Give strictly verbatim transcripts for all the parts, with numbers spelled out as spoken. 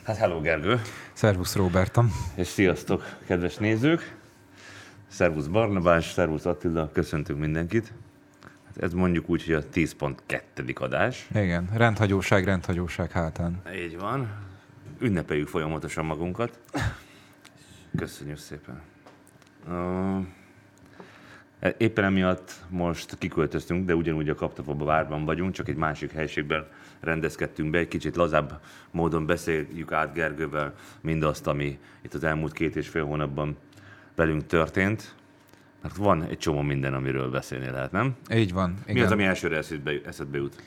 Hát hello Gergő! Szervusz Róbertam! És sziasztok, kedves nézők! Szervusz Barnabás, szervusz Attila, köszöntünk mindenkit. Hát ez mondjuk úgy, hogy a tíz pont kettő adás. Igen, rendhagyóság, rendhagyóság hátán. Így van. Ünnepeljük folyamatosan magunkat. Köszönjük szépen. Uh, éppen emiatt most kiköltöztünk, de ugyanúgy a Kaptafaба várban vagyunk, csak egy másik helységben rendezkedtünk be, egy kicsit lazább módon beszéljük át Gergővel mindazt, ami itt az elmúlt két és fél hónapban velünk történt. Mert van egy csomó minden, amiről beszélni lehet, nem? Így van. Mi igen. az, ami elsőre eszedbe, eszedbe jut?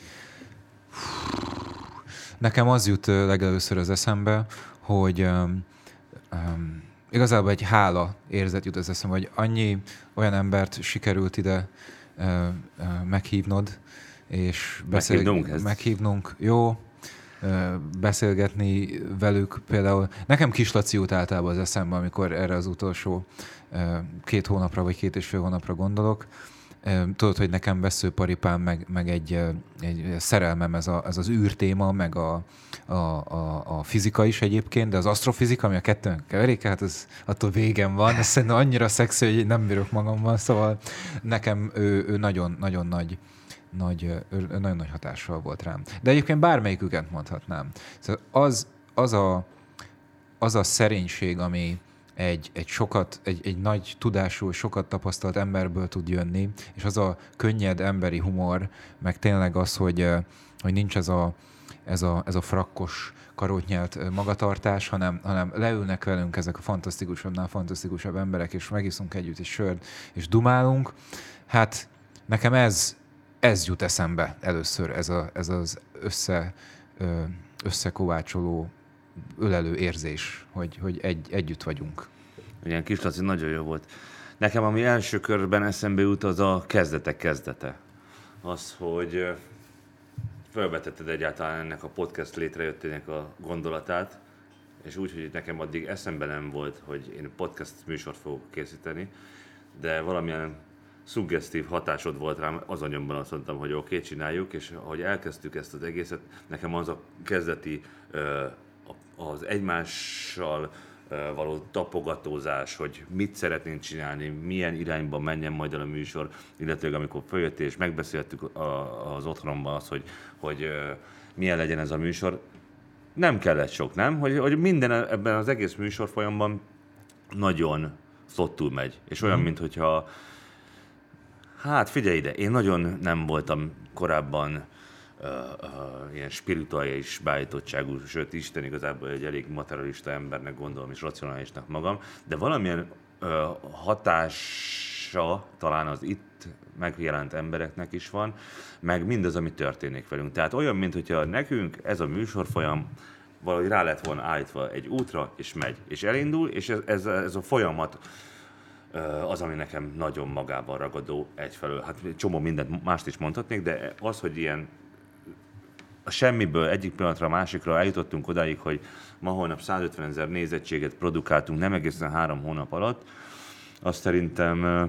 Nekem az jut legelőször az eszembe, hogy um, um, igazából egy hála érzet jut az eszembe, hogy annyi olyan embert sikerült ide uh, uh, meghívnod, és beszél... meghívnunk, meghívnunk. Jó, uh, beszélgetni velük. Például nekem Kislaci jut általában az eszembe, amikor erre az utolsó uh, két hónapra, vagy két és fél hónapra gondolok. Tudod, hogy nekem veszőparipám, meg, meg egy, egy szerelmem ez, a, ez az űrtéma, meg a, a, a, a fizika is egyébként, de az asztrofizika, ami a kettőnek keveréke, hát az attól végem van. Ez szerintem annyira szexi, hogy nem bírok magammal, szóval nekem ő, ő nagyon, nagyon nagy, nagy, ő nagyon nagy hatással volt rám. De egyébként bármelyiküket mondhatnám. Szóval az, az, a, az a szerénység, ami Egy, egy, sokat, egy, egy nagy tudású, sokat tapasztalt emberből tud jönni, és az a könnyed emberi humor, meg tényleg az, hogy, hogy nincs ez a, ez a, ez a frakkos, karótnyelt magatartás, hanem, hanem leülnek velünk ezek a fantasztikusabbnál fantasztikusabb emberek, és megiszunk együtt egy sört, és dumálunk. Hát nekem ez, ez jut eszembe először, ez, a, ez az össze, összekovácsoló, ölelő érzés, hogy, hogy egy, együtt vagyunk. Ilyen Kislaci nagyon jó volt. Nekem ami első körben eszembe jut, az a kezdetek kezdete. Az, hogy felvetetted egyáltalán ennek a podcast létrejöttének a gondolatát, és úgy, hogy nekem addig eszembe nem volt, hogy én podcast műsort fogok készíteni, de valamilyen szuggesztív hatásod volt rám, azon nyomban azt mondtam, hogy oké, okay, csináljuk, és ahogy elkezdtük ezt az egészet, nekem az a kezdeti az egymással való tapogatózás, hogy mit szeretnénk csinálni, milyen irányba menjen majd el a műsor, illetve amikor följöttél és megbeszéltük az otthonomban azt, hogy, hogy milyen legyen ez a műsor. Nem kellett sok, nem? Hogy, hogy minden ebben az egész műsor folyamban nagyon flottul megy. És olyan, mm. mint hogyha hát figyelj ide, én nagyon nem voltam korábban Uh, uh, ilyen spirituális beállítottságú, sőt Isten igazából egy elég materialista embernek gondolom, és racionálisnak magam, de valamilyen uh, hatása talán az itt megjelent embereknek is van, meg mindaz, ami történik velünk. Tehát olyan, mintha nekünk ez a műsorfolyam valahogy rá lett volna állítva egy útra, és megy, és elindul, és ez, ez, ez a folyamat az, ami nekem nagyon magában ragadó egyfelől. Hát csomó mindent mást is mondhatnék, de az, hogy ilyen a semmiből egyik pillanatra a másikra eljutottunk odáig, hogy ma holnap százötvenezer nézettséget produkáltunk nem egészen három hónap alatt, az szerintem ö,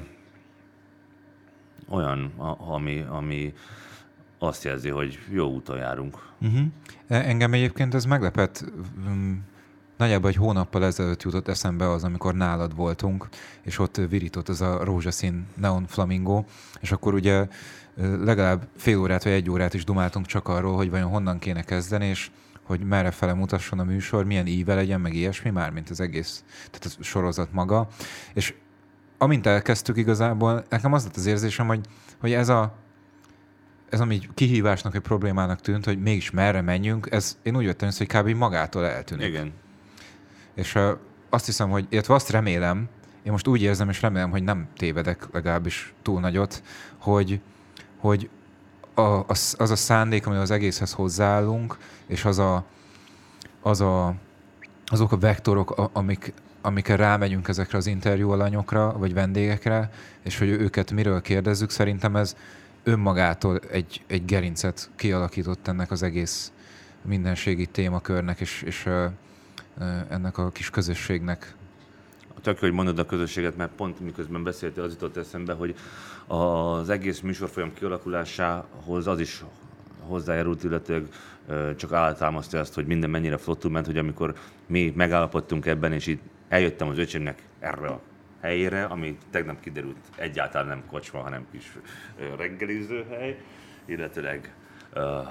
olyan, a, ami, ami azt jelzi, hogy jó úton járunk. Uh-huh. Engem egyébként ez meglepett. Nagyjából egy hónappal ezelőtt jutott eszembe az, amikor nálad voltunk, és ott virított az a rózsaszín neon flamingo, és akkor ugye legalább fél órát vagy egy órát is dumáltunk csak arról, hogy vajon honnan kéne kezdeni, és hogy merre fele mutasson a műsor, milyen íve legyen, meg ilyesmi, mármint az egész, tehát a sorozat maga. És amint elkezdtük igazából, nekem az lett az érzésem, hogy, hogy ez a ez ami kihívásnak, vagy problémának tűnt, hogy mégis merre menjünk, ez én úgy vettem hogy kb. Magától eltűnik. Igen. És uh, azt hiszem, hogy, illetve azt remélem, én most úgy érzem, és remélem, hogy nem tévedek legalábbis túl nagyot, hogy, hogy a, az, az a szándék, amivel az egészhez hozzáállunk, és az a, az a, azok a vektorok, amik, amikkel rámegyünk ezekre az interjú alanyokra, vagy vendégekre, és hogy őket miről kérdezzük, szerintem ez önmagától egy, egy gerincet kialakított ennek az egész mindenségi témakörnek, és, és uh, ennek a kis közösségnek. Tök, hogy mondod a közösséget, mert pont miközben beszéltél, az jutott eszembe, hogy az egész műsorfolyam kialakulásához az is hozzájárult, illetve csak alátámasztja azt, hogy minden mennyire flottul ment, hogy amikor mi megállapodtunk ebben, és itt eljöttem az öcsémnek erre a helyére, ami tegnap kiderült egyáltalán nem kocsma, hanem kis reggeliző hely, illetőleg uh, uh,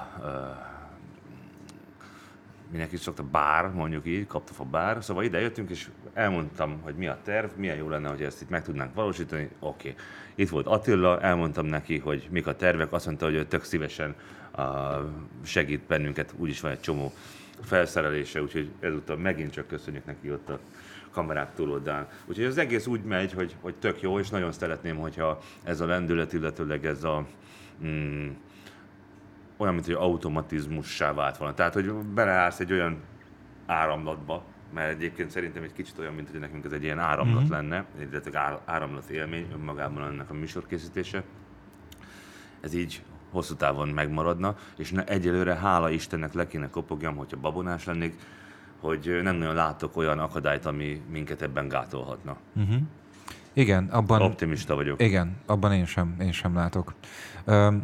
mindenki szokta bár, mondjuk így, Kaptafa bár. Szóval ide jöttünk, és elmondtam, hogy mi a terv, milyen jó lenne, hogy ezt itt meg tudnánk valósítani. Oké. Okay. Itt volt Attila, elmondtam neki, hogy mik a tervek, azt mondta, hogy ő tök szívesen uh, segít bennünket, úgyis van egy csomó felszerelése, úgyhogy ezúttal megint csak köszönjük neki ott a kamerák túloldán. Úgyhogy az egész úgy megy, hogy, hogy tök jó, és nagyon szeretném, hogyha ez a lendület, illetőleg ez a mm, olyan, mint hogy automatizmussá vált volna. Tehát, hogy beleállsz egy olyan áramlatba, mert egyébként szerintem egy kicsit olyan, mint hogy nekünk ez egy ilyen áramlat mm-hmm. lenne, illetve áramlat élmény önmagában ennek a műsorkészítése. Ez így hosszú távon megmaradna, és ne, egyelőre hála Istennek le kéne kopogjam, hogyha babonás lennék, hogy nem nagyon látok olyan akadályt, ami minket ebben gátolhatna. Uh-huh. Igen, abban... Optimista vagyok. Igen, abban én sem, én sem látok. Um,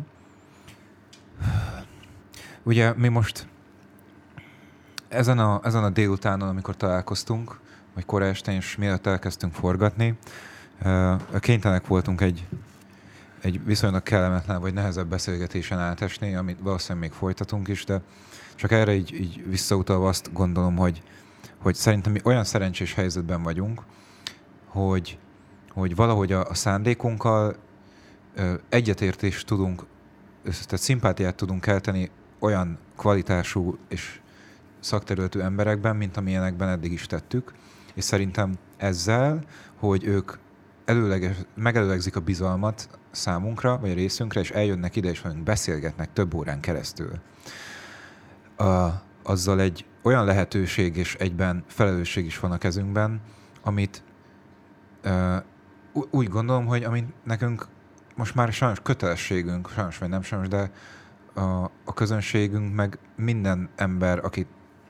ugye mi most ezen a, ezen a délutánon, amikor találkoztunk, vagy kora este, és mielőtt elkezdtünk forgatni, uh, kénytelenek voltunk egy, egy viszonylag kellemetlen, vagy nehezebb beszélgetésen átesni, amit valószínűleg még folytatunk is, de csak erre így, így visszautalva azt gondolom, hogy, hogy szerintem mi olyan szerencsés helyzetben vagyunk, hogy, hogy valahogy a, a szándékunkkal ö, egyetértést tudunk, tehát szimpátiát tudunk kelteni olyan kvalitású és szakterületű emberekben, mint amilyenekben eddig is tettük, és szerintem ezzel, hogy ők előleges, megelőlegzik a bizalmat számunkra, vagy a részünkre, és eljönnek ide, és velünk beszélgetnek több órán keresztül. Uh, azzal egy olyan lehetőség és egyben felelősség is van a kezünkben, amit uh, úgy gondolom, hogy amit nekünk most már sajnos kötelességünk, sajnos vagy nem sajnos, de a, a közönségünk, meg minden ember, aki,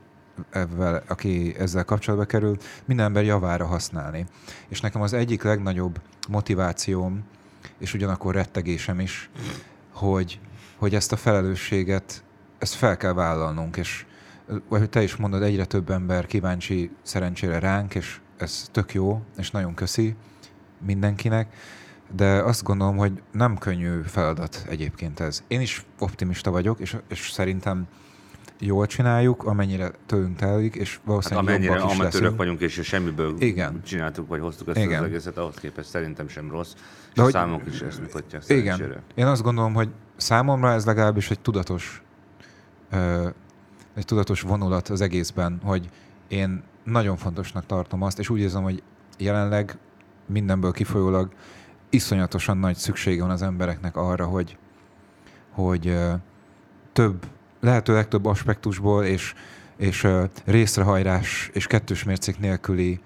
ezzel, aki ezzel kapcsolatba kerül, minden ember javára használni. És nekem az egyik legnagyobb motivációm, és ugyanakkor rettegésem is, hogy, hogy ezt a felelősséget ezt fel kell vállalnunk, és vagy te is mondod, egyre több ember kíváncsi szerencsére ránk, és ez tök jó, és nagyon köszi mindenkinek, de azt gondolom, hogy nem könnyű feladat egyébként ez. Én is optimista vagyok, és, és szerintem jól csináljuk, amennyire tőlünk telik, és valószínűleg hát amennyire jobbak is amatőrök leszünk. vagyunk, és semmiből igen. csináltuk, vagy hoztuk ezt igen. az egészet, ahhoz képest szerintem sem rossz, és de a hogy, számok is ezt mutatják igen. szerencsére. Én azt gondolom, hogy számomra ez legalábbis egy tudatos ö, egy tudatos vonulat az egészben, hogy én nagyon fontosnak tartom azt, és úgy érzem, hogy jelenleg mindenből kifolyólag iszonyatosan nagy szüksége van az embereknek arra, hogy, hogy ö, több, lehető legtöbb aspektusból és, és ö, részrehajlás és kettős mércék nélküli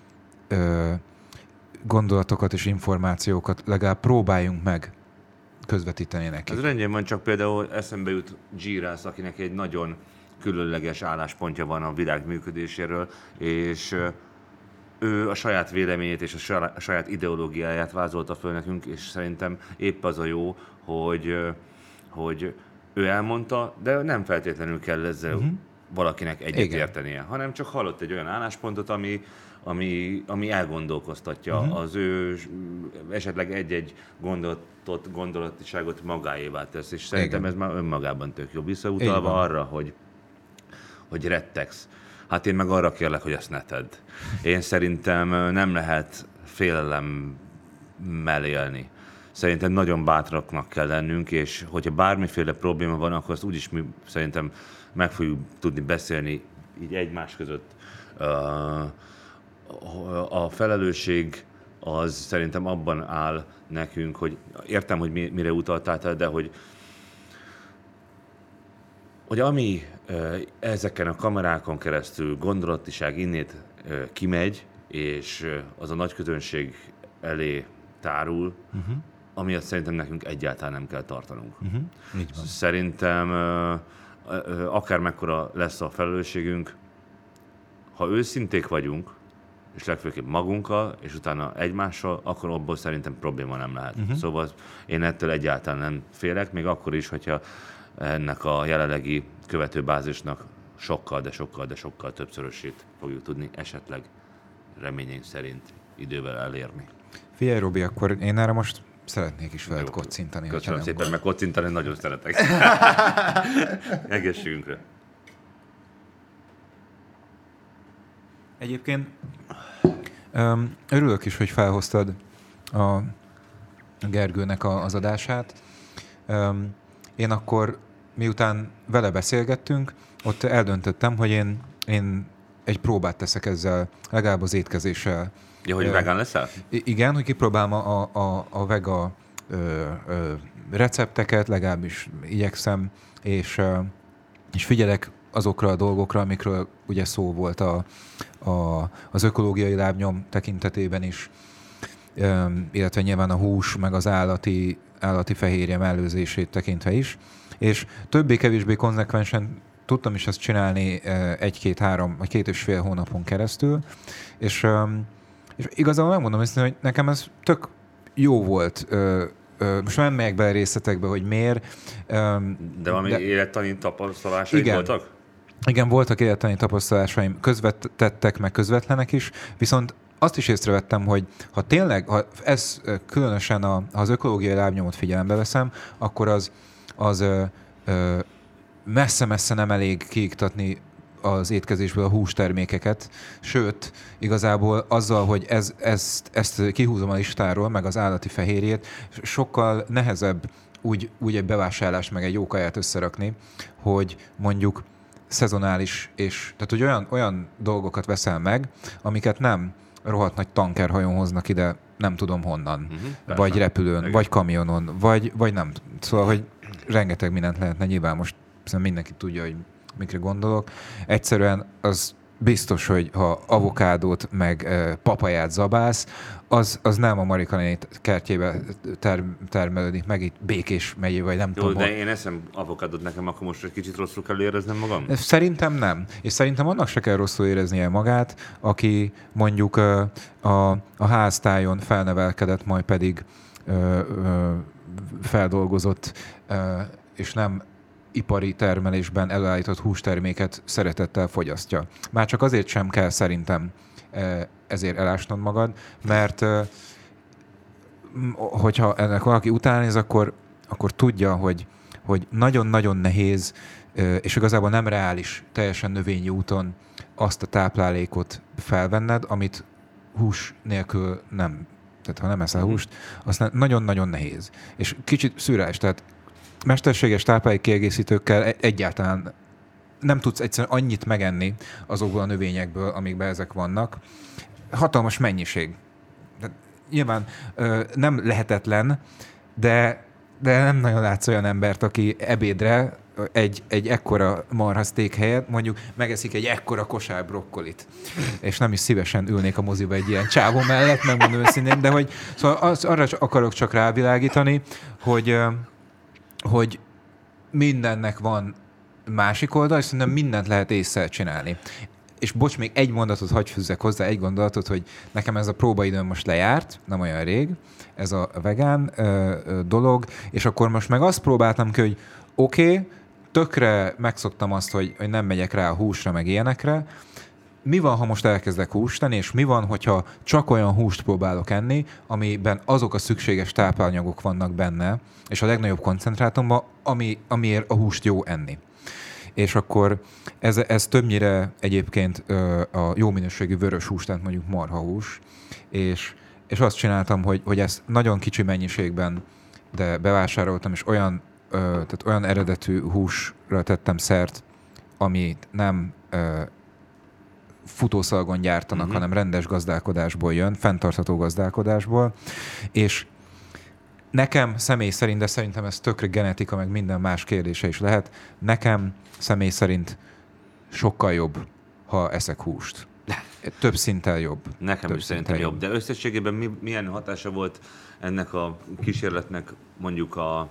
ö, gondolatokat és információkat legalább próbáljunk meg közvetíteni neki. Ez rendjén van, csak például eszembe jut Girász, akinek egy nagyon különleges álláspontja van a világ működéséről, és ő a saját véleményét és a saját ideológiáját vázolta föl nekünk, és szerintem épp az a jó, hogy, hogy ő elmondta, de nem feltétlenül kell ezzel uh-huh. valakinek egyetértenie, hanem csak hallott egy olyan álláspontot, ami, ami, ami elgondolkoztatja uh-huh. az ő esetleg egy-egy gondolatot, gondolatiságot magáévá tesz, és szerintem igen. ez már önmagában tök jó. Visszautalva arra, hogy, hogy rettegsz. Hát én meg arra kérlek, hogy ezt ne tedd. Én szerintem nem lehet félelemmel élni. Szerintem nagyon bátraknak kell lennünk, és hogyha bármiféle probléma van, akkor azt úgyis mi szerintem meg fogjuk tudni beszélni így egymás között. A felelősség az szerintem abban áll nekünk, hogy értem, hogy mire utaltál, de hogy hogy ami ezeken a kamerákon keresztül gondolatiság innét kimegy, és az a nagy közönség elé tárul, uh-huh. amiatt szerintem nekünk egyáltalán nem kell tartanunk. Uh-huh. Így van. Szerintem akármekkora lesz a felelősségünk, ha őszinték vagyunk, és legfőképp magunkkal, és utána egymással, akkor abból szerintem probléma nem lehet. Uh-huh. Szóval én ettől egyáltalán nem félek, még akkor is, hogyha ennek a jelenlegi követőbázisnak sokkal, de sokkal, de sokkal többszörösét fogjuk tudni esetleg reményeink szerint idővel elérni. Figyelj, Robi, akkor én erre most szeretnék is veled kocintani. Köszönöm szépen, mert kocintani nagyon szeretek. Egészségünkre. Egyébként öm, örülök is, hogy felhoztad a Gergőnek a, az adását. Öm, én akkor, miután vele beszélgettünk, ott eldöntöttem, hogy én, én egy próbát teszek ezzel, legalább az étkezéssel. Ja, hogy vegán leszel? Igen, hogy kipróbálom a, a, a vega ö, ö, recepteket, legalábbis igyekszem, és, ö, és figyelek azokra a dolgokra, amikről ugye szó volt a, a, az ökológiai lábnyom tekintetében is, ö, illetve nyilván a hús, meg az állati, állati fehérje mellőzését tekintve is, és többé-kevésbé konzekvensen tudtam is ezt csinálni egy-két-három, vagy két és fél hónapon keresztül, és És igazából megmondom őszintén, hogy nekem ez tök jó volt. Ö, ö, most nem megyek bele részletekbe, hogy miért. Ö, de valami de... élettani tapasztalásaid igen, voltak? Igen, voltak élettani tapasztalásaim, közvetettek, meg közvetlenek is, viszont azt is észrevettem, hogy ha tényleg, ha ez különösen a, ha az ökológiai lábnyomot figyelembe veszem, akkor az, az ö, ö, messze-messze nem elég kiiktatni az étkezésből a hústermékeket, sőt, igazából azzal, hogy ez, ezt, ezt kihúzom a listáról, meg az állati fehérjét, sokkal nehezebb úgy, úgy egy bevásárlást, meg egy jó kaját összerakni, hogy mondjuk szezonális, és tehát hogy olyan, olyan dolgokat veszel meg, amiket nem rohadt nagy tankerhajón hoznak ide, nem tudom honnan, uh-huh, vagy repülőn, igen, vagy kamionon, vagy, vagy nem. Szóval, hogy rengeteg mindent lehetne, nyilván most mindenki tudja, hogy mikre gondolok. Egyszerűen az biztos, hogy ha avokádót meg e, papaját zabálsz, az, az nem a Marika néni kertjébe ter, termelődik meg itt Békés megyé, vagy nem Jó, tudom. De hol. én eszem avokádót, nekem akkor most egy kicsit rosszul kell éreznem magam? Szerintem nem. És szerintem annak se kell rosszul éreznie magát, aki mondjuk a, a, a háztájon felnevelkedett, majd pedig ö, ö, feldolgozott, ö, és nem ipari termelésben előállított hústerméket szeretettel fogyasztja. Már csak azért sem kell szerintem ezért elásnod magad, mert hogyha ennek valaki utánéz, akkor, akkor tudja, hogy, hogy nagyon-nagyon nehéz, és igazából nem reális teljesen növényi úton azt a táplálékot felvenned, amit hús nélkül nem. Tehát ha nem eszel húst, azt nagyon-nagyon nehéz. És kicsit szürreális, tehát mesterséges táplálék kiegészítőkkel egyáltalán nem tudsz egyszerűen annyit megenni azokból a növényekből, amikben ezek vannak. Hatalmas mennyiség. De nyilván ö, nem lehetetlen, de, de nem nagyon látsz olyan embert, aki ebédre egy, egy ekkora marhaszték helyett mondjuk megeszik egy ekkora kosár brokkolit. És nem is szívesen ülnék a moziba egy ilyen csávó mellett, megmondom őszintén, de hogy szóval az, arra akarok csak rávilágítani, hogy hogy mindennek van másik oldal, és szerintem mindent lehet ésszel csinálni. És bocs, még egy mondatot hadd fűzzek hozzá, egy gondolatot, hogy nekem ez a próbaidőm most lejárt, nem olyan rég, ez a vegán ö, ö, dolog, és akkor most meg azt próbáltam ki, hogy oké, okay, tökre megszoktam azt, hogy, hogy nem megyek rá a húsra, meg ilyenekre. Mi van, ha most elkezdek húst tenni, és mi van, hogyha csak olyan húst próbálok enni, amiben azok a szükséges tápanyagok vannak benne, és a legnagyobb koncentrátumban, ami, amiért a húst jó enni. És akkor ez, ez többnyire egyébként ö, a jó minőségű vörös hús, tehát mondjuk marhahús, és, és azt csináltam, hogy, hogy ezt nagyon kicsi mennyiségben, de bevásároltam, és olyan, ö, tehát olyan eredetű húsra tettem szert, amit nem ö, futószalagon gyártanak, uh-huh. hanem rendes gazdálkodásból jön, fenntartható gazdálkodásból, és nekem személy szerint, de szerintem ez tökre genetika, meg minden más kérdése is lehet, nekem személy szerint sokkal jobb, ha eszek húst. Több szinten jobb. Nekem Több is szerintem jobb. De összességében mi, milyen hatása volt ennek a kísérletnek mondjuk a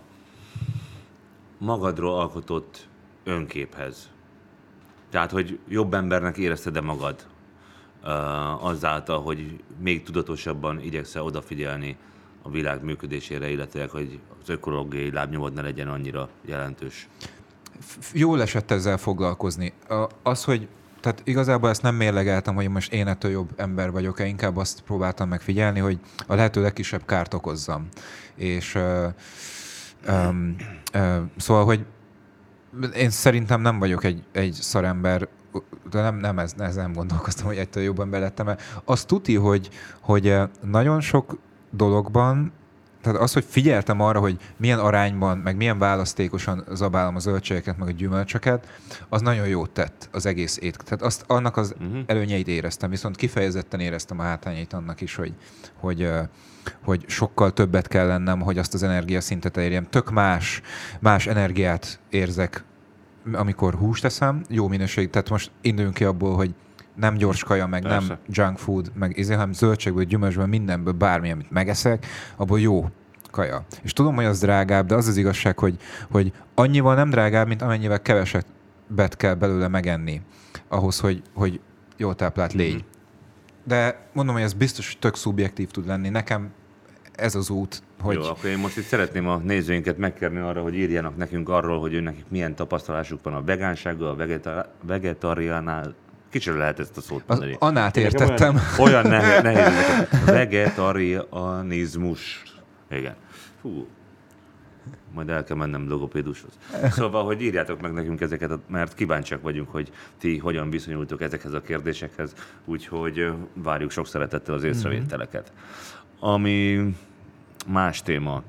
magadról alkotott önképhez? Tehát, hogy jobb embernek érezted-e magad uh, azáltal, hogy még tudatosabban igyekszel odafigyelni a világ működésére, illetve hogy az ökológiai lábnyomod ne legyen annyira jelentős? jól esett ezzel foglalkozni. Az, hogy tehát igazából ezt nem mérlegeltem, hogy most én ettől jobb ember vagyok-e, inkább azt próbáltam megfigyelni, hogy a lehető legkisebb kárt okozzam. És uh, um, uh, szóval, hogy én szerintem nem vagyok egy, egy szarember, de nem, nem, ez, ez nem gondolkoztam, hogy ettől jobb ember lettem. Azt tuti, hogy, hogy nagyon sok dologban, tehát az, hogy figyeltem arra, hogy milyen arányban, meg milyen választékosan zabálom a zöldségeket, meg a gyümölcsöket, az nagyon jót tett az egész étkezésnek. Tehát azt, annak az uh-huh. előnyeit éreztem, viszont kifejezetten éreztem a hátrányait annak is, hogy, hogy, hogy sokkal többet kell lennem, hogy azt az energiaszintet elérjem. Tök más, más energiát érzek, amikor húst eszem, jó minőség. Tehát most induljunk ki abból, hogy nem gyors kaja, meg Persze. nem junk food, meg izé, hanem zöldségből, gyümölcsből, mindenből, bármi, amit megeszek, abból jó kaja. És tudom, hogy az drágább, de az az igazság, hogy, hogy annyival nem drágább, mint amennyivel kevesebbet kell belőle megenni, ahhoz, hogy, hogy jól táplált légy. Mm-hmm. De mondom, hogy ez biztos, hogy tök szubjektív tud lenni. Nekem ez az út, hogy... Jó, akkor én most itt szeretném a nézőinket megkérni arra, hogy írjanak nekünk arról, hogy nekik milyen tapasztalásuk van a vegánsággal, a vegetar- vegetariánál. Kicsit lehet ezt a szót mondani. Az anát értettem. Olyan, olyan nehéz, nehéz vegetarianizmus. Igen. Fú. Majd el kell mennem logopédushoz. Szóval, hogy írjátok meg nekünk ezeket, mert kíváncsiak vagyunk, hogy ti hogyan viszonyultok ezekhez a kérdésekhez, úgyhogy várjuk sok szeretettel az észrevételeket. Ami más téma.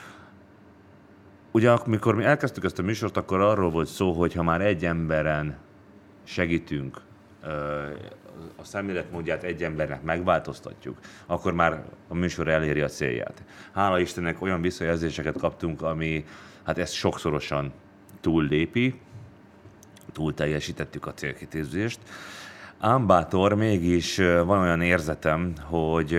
Ugye, amikor mi elkezdtük ezt a műsort, akkor arról volt szó, hogy ha már egy emberen segítünk, a szemléletmódját egy embernek megváltoztatjuk, akkor már a műsor eléri a célját. Hála Istennek olyan visszajelzéseket kaptunk, ami hát ezt sokszorosan túllépi, túl teljesítettük a célkitűzést. Ám bátor, mégis van olyan érzetem, hogy,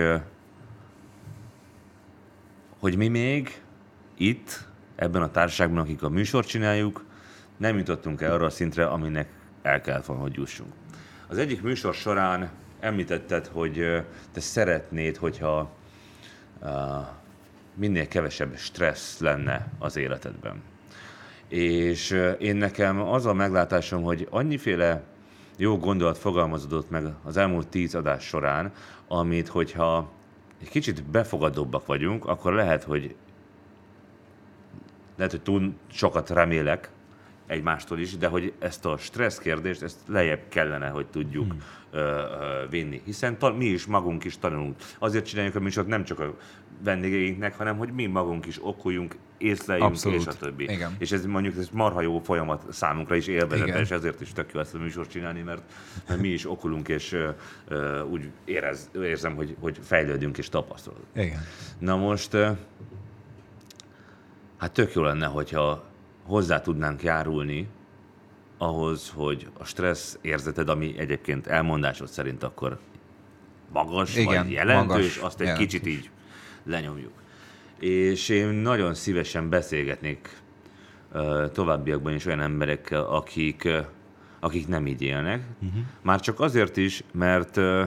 hogy mi még itt, ebben a társaságban, akik a műsort csináljuk, nem jutottunk el arra a szintre, aminek el kellett volna, hogy jussunk. Az egyik műsor során említetted, hogy te szeretnéd, hogyha uh, minél kevesebb stressz lenne az életedben. És uh, én nekem az a meglátásom, hogy annyiféle jó gondolat fogalmazódott meg az elmúlt tíz adás során, amit, hogyha egy kicsit befogadóbbak vagyunk, akkor lehet, hogy lehet, hogy túl sokat remélek egymástól is, de hogy ezt a stressz kérdést, ezt lejjebb kellene, hogy tudjuk hmm. ö, ö, vinni. Hiszen ta, mi is magunk is tanulunk. Azért csináljuk a műsort nem csak a vendégeinknek, hanem hogy mi magunk is okuljunk, észleljünk, Abszolút. És a többi. Igen. És ez mondjuk ez marha jó folyamat számunkra is élvezetes, és ezért is tök jó ezt a műsort csinálni, mert, mert mi is okulunk, és ö, ö, úgy érez, érzem, hogy, hogy fejlődünk és tapasztalunk. Igen. Na most, ö, hát tök jó lenne, hogyha hozzá tudnánk járulni ahhoz, hogy a stressz érzeted, ami egyébként elmondásod szerint akkor magas, Igen, vagy jelentős, magas, azt egy jelentős. Kicsit így lenyomjuk. És én nagyon szívesen beszélgetnék uh, továbbiakban is olyan emberekkel, akik, uh, akik nem így élnek. Uh-huh. Már csak azért is, mert, uh,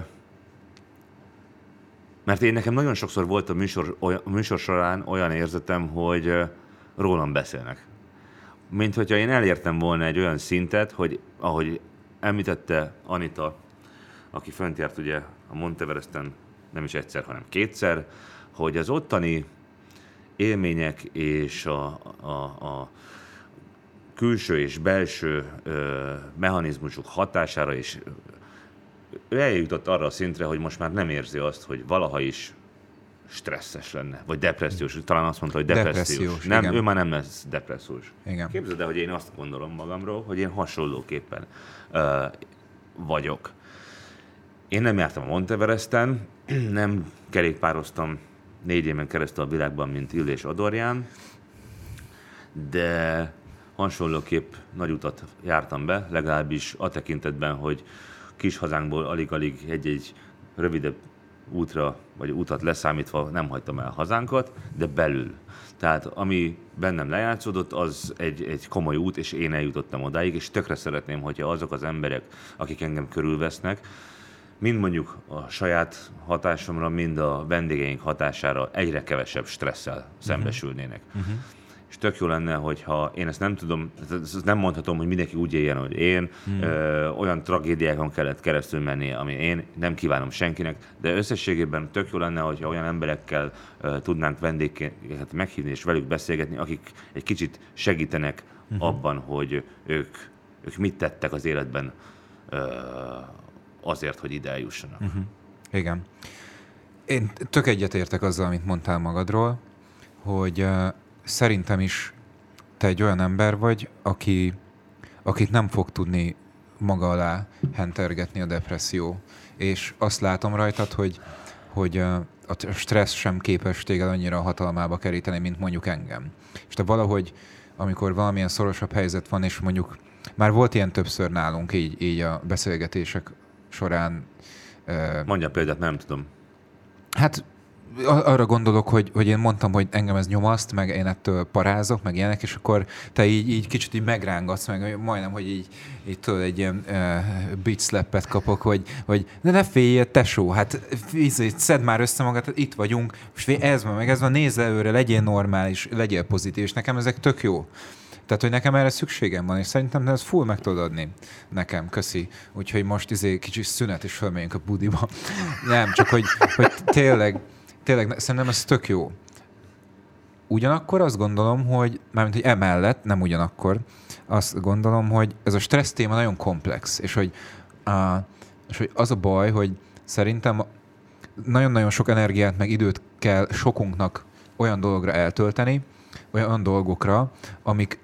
mert én nekem nagyon sokszor volt a műsor, olyan, a műsor során olyan érzetem, hogy uh, rólam beszélnek. Mint hogyha én elértem volna egy olyan szintet, hogy ahogy említette Anita, aki fönt járt ugye a Monteveresten nem is egyszer, hanem kétszer, hogy az ottani élmények és a, a, a külső és belső ö, mechanizmusok hatására is ő eljutott arra a szintre, hogy most már nem érzi azt, hogy valaha is stresszes lenne, vagy depressziós. Talán azt mondta, hogy depressziós. depressziós nem, igen. Ő már nem lesz depressziós. Igen. Képzeld el, hogy én azt gondolom magamról, hogy én hasonlóképpen uh, vagyok. Én nem jártam a Monteveresten, nem kerékpároztam négy éven keresztül a világban, mint Illés Adorján, de hasonlóképp nagy utat jártam be, legalábbis a tekintetben, hogy kis hazánkból alig-alig egy-egy rövidebb útra, vagy utat leszámítva nem hagytam el hazánkat, de belül. Tehát ami bennem lejátszódott, az egy, egy komoly út, és én eljutottam odáig, és tökre szeretném, hogyha azok az emberek, akik engem körülvesznek, mind mondjuk a saját hatásomra, mind a vendégeink hatására egyre kevesebb stresszel szembesülnének. Uh-huh. és tök jó lenne, hogyha én ezt nem tudom, ezt nem mondhatom, hogy mindenki úgy éljen, hogy én, hmm. ö, olyan tragédiákon kellett keresztül menni, ami én nem kívánom senkinek, de összességében tök jó lenne, hogyha olyan emberekkel ö, tudnánk vendégeket meghívni és velük beszélgetni, akik egy kicsit segítenek hmm. abban, hogy ők, ők mit tettek az életben ö, azért, hogy ide eljussanak. Hmm. Igen. Én tök egyetértek azzal, amit mondtál magadról, hogy uh, szerintem is te egy olyan ember vagy, aki, akit nem fog tudni maga alá hentergetni a depresszió. És azt látom rajtad, hogy, hogy uh, a stressz sem képes téged annyira hatalmába keríteni, mint mondjuk engem. És te valahogy, amikor valamilyen szorosabb helyzet van, és mondjuk már volt ilyen többször nálunk így, így a beszélgetések során. Uh, Mondja példát, nem tudom. Hát arra gondolok, hogy, hogy én mondtam, hogy engem ez nyomaszt, meg én ettől parázok, meg ilyenek, és akkor te így, így kicsit így megrángatsz, meg majdnem, hogy így, így tudod, egy ilyen uh, bitch slap-et kapok, hogy, hogy de ne féljél, tesó, hát szedd már össze magad, hát itt vagyunk, most ez van, meg ez van, nézz előre, legyél normális, legyél pozitív, és nekem ezek tök jó. Tehát, hogy nekem erre szükségem van, és szerintem ez full meg tudod adni nekem, köszi. Úgyhogy most izé kicsi szünet, és fölmegyünk a budiba. Nem, csak hogy, hogy tényleg, tényleg szerintem ez tök jó. Ugyanakkor azt gondolom, hogy, mármint, hogy emellett, nem ugyanakkor, azt gondolom, hogy ez a stressz téma nagyon komplex, és hogy, á, és hogy az a baj, hogy szerintem nagyon-nagyon sok energiát, meg időt kell sokunknak olyan dologra eltölteni, olyan dolgokra, amik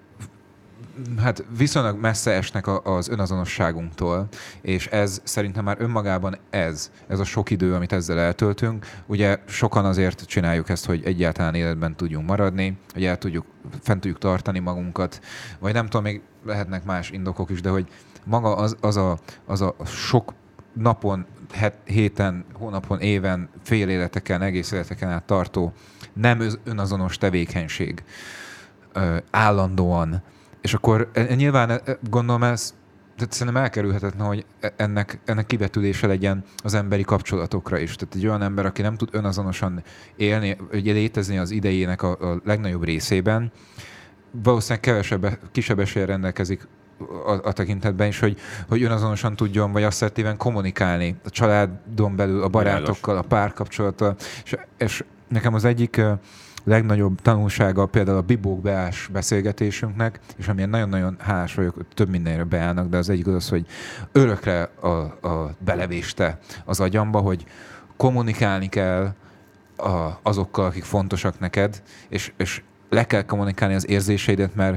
hát viszonylag messze esnek az önazonosságunktól, és ez szerintem már önmagában ez, ez a sok idő, amit ezzel eltöltünk. Ugye sokan azért csináljuk ezt, hogy egyáltalán életben tudjunk maradni, hogy el tudjuk, fent tudjuk tartani magunkat, vagy nem tudom, még lehetnek más indokok is, de hogy maga az, az, a, az a sok napon, het, héten, hónapon, éven, fél életeken, egész életeken át tartó nem önazonos tevékenység állandóan. És akkor nyilván gondolom ez, tehát szerintem elkerülhetetlen, hogy ennek, ennek kibetülése legyen az emberi kapcsolatokra is. Tehát egy olyan ember, aki nem tud önazonosan élni, vagy létezni az idejének a, a legnagyobb részében, valószínűleg kevesebb, kisebb eséllyel rendelkezik a, a tekintetben is, hogy, hogy önazonosan tudjon, vagy asszertíven kommunikálni a családon belül, a barátokkal, a párkapcsolattal. És, és nekem az egyik legnagyobb tanulsága például a Bibók Beás beszélgetésünknek, és amilyen nagyon-nagyon hálás vagyok, több mindenre beállnak, de az egyik az, hogy örökre a, a belevéste az agyamba, hogy kommunikálni kell a, azokkal, akik fontosak neked, és, és le kell kommunikálni az érzéseidet, mert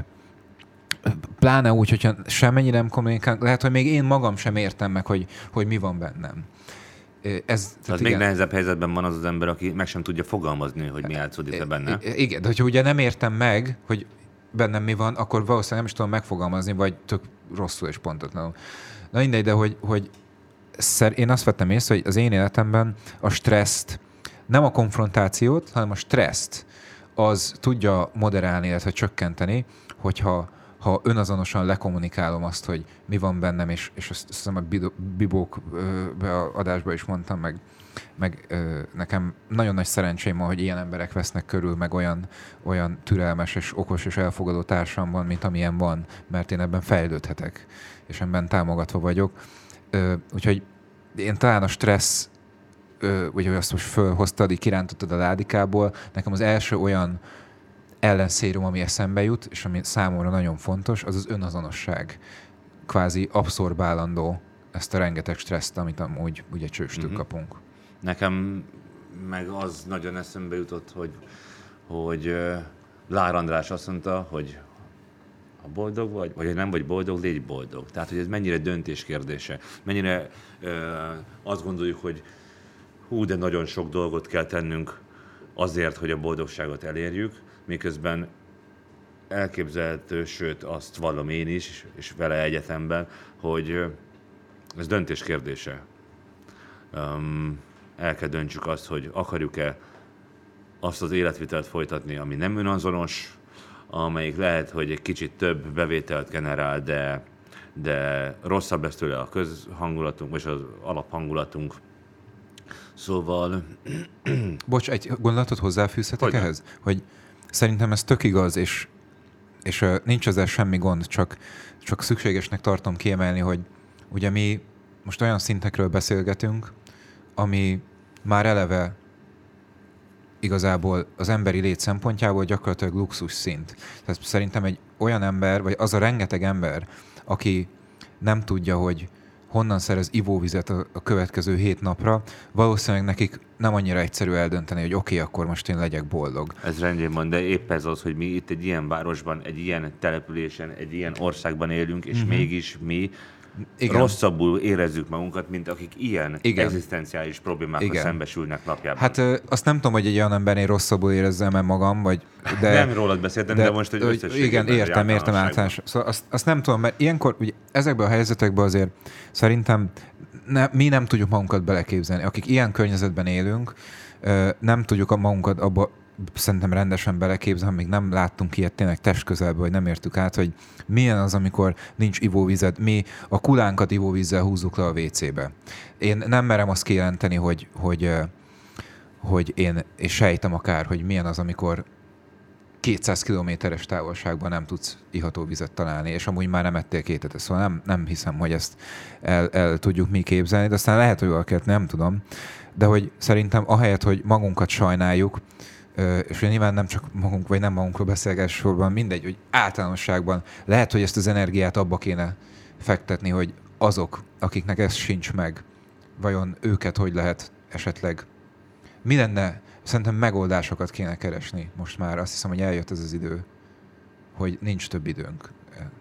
pláne úgy, hogyha semmennyire nem kommunikálunk, lehet, hogy még én magam sem értem meg, hogy, hogy mi van bennem. Ez, tehát még nehezebb helyzetben van az az ember, aki meg sem tudja fogalmazni, hogy mi játszódik benne. Igen, de hogyha ugye nem értem meg, hogy bennem mi van, akkor valószínűleg nem is tudom megfogalmazni, vagy tök rosszul és pontatlanul. Na mindegy, de hogy, hogy szer, én azt vettem észre, hogy az én életemben a stresszt, nem a konfrontációt, hanem a stresszt az tudja moderálni, illetve csökkenteni, hogyha ha önazonosan lekommunikálom azt, hogy mi van bennem, és, és azt hiszem a Bibók adásban is mondtam, meg, meg nekem nagyon nagy szerencsém van, hogy ilyen emberek vesznek körül, meg olyan, olyan türelmes és okos és elfogadó társam van, mint amilyen van, mert én ebben fejlődhetek, és ebben támogatva vagyok. Úgyhogy én talán a stressz, ugye azt most fölhoztad, így kirántottad a ládikából, nekem az első olyan ellenszérum, ami eszembe jut, és ami számomra nagyon fontos, az az önazonosság. Kvázi abszorbálandó ezt a rengeteg stresszt, amit amúgy ugye csőstől uh-huh. kapunk. Nekem meg az nagyon eszembe jutott, hogy, hogy Lár András azt mondta, hogy ha boldog vagy, vagy nem vagy boldog, légy boldog. Tehát, hogy ez mennyire döntés kérdése. Mennyire ö, azt gondoljuk, hogy hú, de nagyon sok dolgot kell tennünk azért, hogy a boldogságot elérjük, miközben elképzelhető, sőt azt vallom én is, és vele egyetemben, hogy ez döntés kérdése. Um, el kell döntsük azt, hogy akarjuk-e azt az életvitelt folytatni, ami nem önazonos, amelyik lehet, hogy egy kicsit több bevételt generál, de, de rosszabb lesz tőle a közhangulatunk, vagy az alaphangulatunk. Szóval... Bocs, egy gondolatot hozzáfűzhetek ehhez? Hogy szerintem ez tök igaz, és és uh, nincs ezzel semmi gond, csak, csak szükségesnek tartom kiemelni, hogy ugye mi most olyan szintekről beszélgetünk, ami már eleve igazából az emberi lét szempontjából gyakorlatilag luxus szint. Tehát szerintem egy olyan ember, vagy az a rengeteg ember, aki nem tudja, hogy honnan szerez ivóvizet a, a következő hét napra, valószínűleg nekik nem annyira egyszerű eldönteni, hogy oké, okay, akkor most én legyek boldog. Ez rendjén van, de épp ez az, hogy mi itt egy ilyen városban, egy ilyen településen, egy ilyen országban élünk, és mm-hmm. mégis mi igen. rosszabbul érezzük magunkat, mint akik ilyen igen. egzisztenciális problémákkal igen. szembesülnek napjában. Hát ö, azt nem tudom, hogy egy olyan ember én rosszabbul érezzem el magam, vagy... De, nem rólad beszéltem, de, de most egy összességében. Igen, értem, értem általános. Szóval azt, azt nem tudom, mert ilyenkor, ugye, ezekben a helyzetekben azért szerintem ne, mi nem tudjuk magunkat beleképzelni. Akik ilyen környezetben élünk, ö, nem tudjuk a magunkat abba szerintem rendesen beleképzelni, még nem láttunk ilyet tényleg testközelből, vagy nem értük át, hogy milyen az, amikor nincs ivóvized. Mi a kulánkat ivóvízzel húzzuk le a vécébe. Én nem merem azt kijelenteni, hogy, hogy, hogy én és sejtem akár, hogy milyen az, amikor kétszáz kilométeres távolságban nem tudsz iható vizet találni, és amúgy már nem ettél kétet. Szóval nem, nem hiszem, hogy ezt el, el tudjuk mi képzelni, de aztán lehet, hogy valakit nem tudom. De hogy szerintem ahelyett, hogy magunkat sajnáljuk, és nyilván nem csak magunk, vagy nem magunkról beszélget sorban, mindegy, hogy általánosságban lehet, hogy ezt az energiát abba kéne fektetni, hogy azok, akiknek ez sincs meg, vajon őket hogy lehet esetleg, mi lenne, szerintem megoldásokat kéne keresni most már. Azt hiszem, hogy eljött ez az idő, hogy nincs több időnk.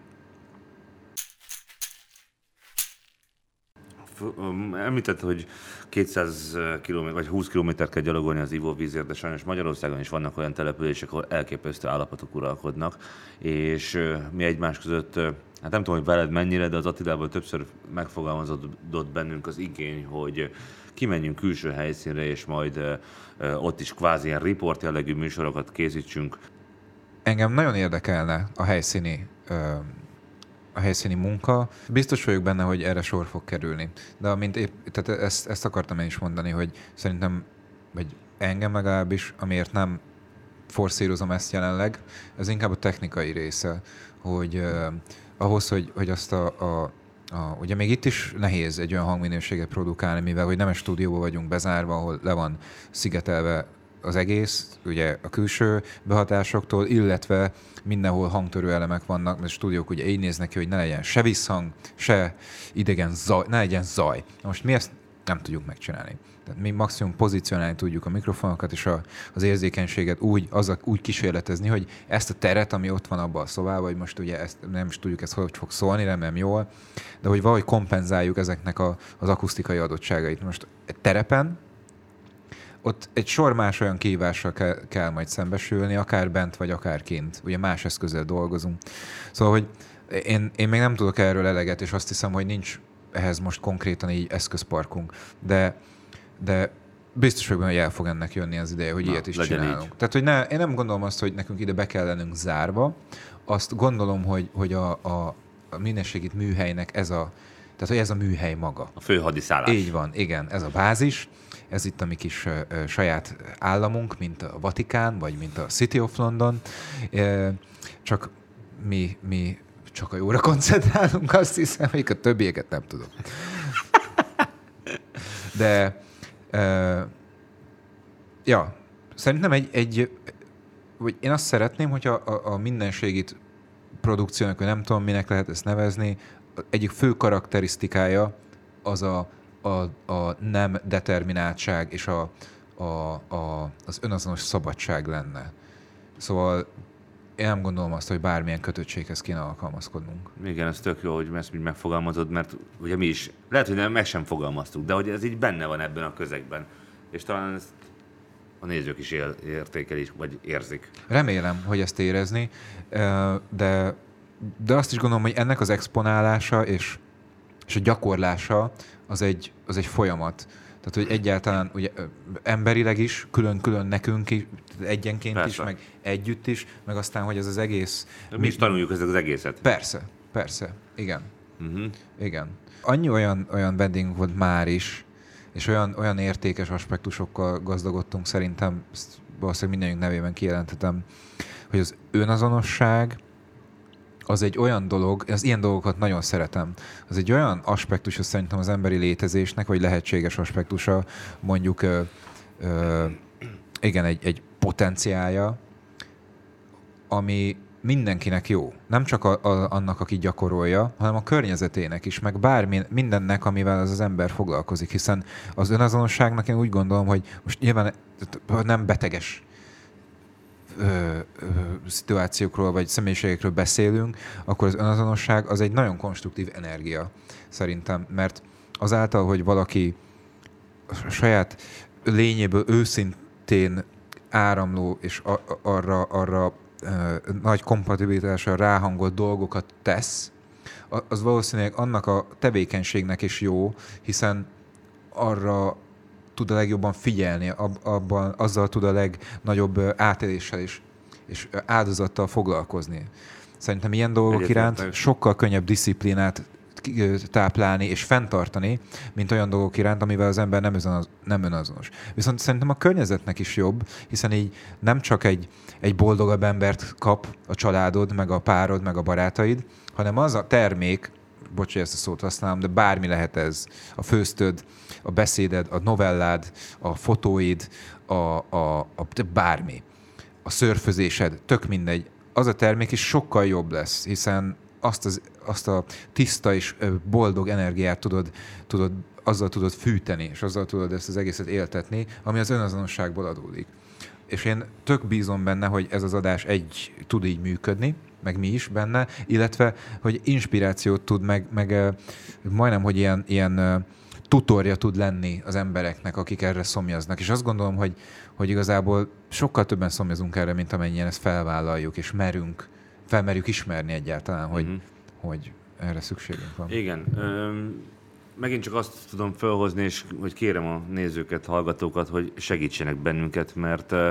Említett, hogy kétszáz kilométer vagy húsz kilométert kell gyalogolni az ivóvízért, de sajnos Magyarországon is vannak olyan települések, ahol elképesztő állapotok uralkodnak, és mi egymás között, hát nem tudom, hogy veled mennyire, de az Attilával többször megfogalmazódott bennünk az igény, hogy kimenjünk külső helyszínre, és majd ott is kvázi ilyen riport jellegű műsorokat készítsünk. Engem nagyon érdekelne a helyszíni a helyszíni munka. Biztos vagyok benne, hogy erre sor fog kerülni. De amint épp, tehát ezt, ezt akartam én is mondani, hogy szerintem, vagy engem legalábbis, amiért nem forszírozom ezt jelenleg, ez inkább a technikai része, hogy eh, ahhoz, hogy, hogy azt a, a, a, ugye még itt is nehéz egy olyan hangminőséget produkálni, mivel hogy nem egy stúdióban vagyunk bezárva, ahol le van szigetelve az egész, ugye a külső behatásoktól, illetve mindenhol hangtörő elemek vannak, mert a stúdiók ugye így néznek ki, hogy ne legyen se visszhang, se idegen zaj, ne legyen zaj. Most mi ezt nem tudjuk megcsinálni. Tehát mi maximum pozícionálni tudjuk a mikrofonokat és a, az érzékenységet úgy, az, úgy kísérletezni, hogy ezt a teret, ami ott van abban a szobában, vagy most ugye ezt, nem is tudjuk, ez hogy fog szólni, remélem jól, de hogy valahogy kompenzáljuk ezeknek a, az akusztikai adottságait. Most terepen, ott egy sor más olyan kihívással kell, kell majd szembesülni, akár bent, vagy akár kint. Ugye más eszközzel dolgozunk. Szóval, hogy én, én még nem tudok erről eleget, és azt hiszem, hogy nincs ehhez most konkrétan így eszközparkunk. De, de biztos vagyok benne, hogy el fog ennek jönni az ideje, hogy Na, ilyet is csinálunk. Így. Tehát, hogy ne, én nem gondolom azt, hogy nekünk ide be kell lennünk zárva. Azt gondolom, hogy, hogy a, a, a minőségit műhelynek ez a, tehát, hogy ez a műhely maga. A főhadiszállás. Így van, igen, ez a bázis. Ez itt a mi kis uh, saját államunk, mint a Vatikán, vagy mint a City of London. Uh, csak mi, mi csak a jóra koncentrálunk, azt hiszem, hogy a többieket nem tudom. De uh, ja, szerintem egy, egy vagy én azt szeretném, hogy a, a, a mindenségit produkciónak, vagy nem tudom, minek lehet ezt nevezni, egyik fő karakterisztikája az a A, a nem determináltság és a, a, a, az önazonos szabadság lenne. Szóval én nem gondolom azt, hogy bármilyen kötöttséghez kéne alkalmazkodnunk. Igen, ez tök jó, hogy ezt így megfogalmazod, mert ugye mi is, lehet, hogy nem, meg sem fogalmaztuk, de hogy ez így benne van ebben a közegben. És talán ezt a nézők is él, értékelik, vagy érzik. Remélem, hogy ezt érezni, de, de azt is gondolom, hogy ennek az exponálása és, és a gyakorlása az egy, az egy folyamat. Tehát, hogy egyáltalán ugye, emberileg is, külön-külön nekünk is, egyenként persze. is, meg együtt is, meg aztán, hogy ez az egész... Mi, mi is tanuljuk ezt az egészet. Persze, persze, igen. Uh-huh. Igen. Annyi olyan, olyan vendégünk volt már is, és olyan, olyan értékes aspektusokkal gazdagodtunk, szerintem, valószínűleg mindenünk nevében kijelenthetem, hogy az önazonosság az egy olyan dolog, az ilyen dolgokat nagyon szeretem, az egy olyan aspektusa szerintem az emberi létezésnek, vagy lehetséges aspektusa, mondjuk ö, ö, igen, egy, egy potenciálja, ami mindenkinek jó. Nem csak a, a, annak, aki gyakorolja, hanem a környezetének is, meg bármi, mindennek, amivel az az ember foglalkozik, hiszen az önazonosságnak én úgy gondolom, hogy most nyilván nem beteges ö, ö, szituációkról, vagy személyiségekről beszélünk, akkor az önazonosság az egy nagyon konstruktív energia, szerintem, mert azáltal, hogy valaki a saját lényéből őszintén áramló, és a, arra, arra nagy kompatibilitásra ráhangolt dolgokat tesz, az valószínűleg annak a tevékenységnek is jó, hiszen arra tud a legjobban figyelni, abban, azzal tud a legnagyobb átéléssel is, és áldozattal foglalkozni. Szerintem ilyen dolgok Egyet iránt értek. Sokkal könnyebb disziplinát táplálni és fenntartani, mint olyan dolgok iránt, amivel az ember nem, önaz, nem önazonos. Viszont szerintem a környezetnek is jobb, hiszen így nem csak egy, egy boldogabb embert kap a családod, meg a párod, meg a barátaid, hanem az a termék, bocs, hogy ezt a szót használom, de bármi lehet ez, a főztöd, a beszéded, a novellád, a fotóid, a, a, a bármi, a szörfözésed, tök mindegy, az a termék is sokkal jobb lesz, hiszen azt, az, azt a tiszta és boldog energiát tudod, tudod, azzal tudod fűteni, és azzal tudod ezt az egészet éltetni, ami az önazonosságból adódik. És én tök bízom benne, hogy ez az adás egy tud így működni, meg mi is benne, illetve, hogy inspirációt tud, meg, meg majdnem, hogy ilyen, ilyen tutorja tud lenni az embereknek, akik erre szomjaznak. És azt gondolom, hogy, hogy igazából sokkal többen szomjazunk erre, mint amennyien ezt felvállaljuk, és merünk, felmerjük ismerni egyáltalán, hogy, mm-hmm. hogy erre szükségünk van. Igen. Öm, megint csak azt tudom felhozni, és hogy kérem a nézőket, hallgatókat, hogy segítsenek bennünket, mert uh,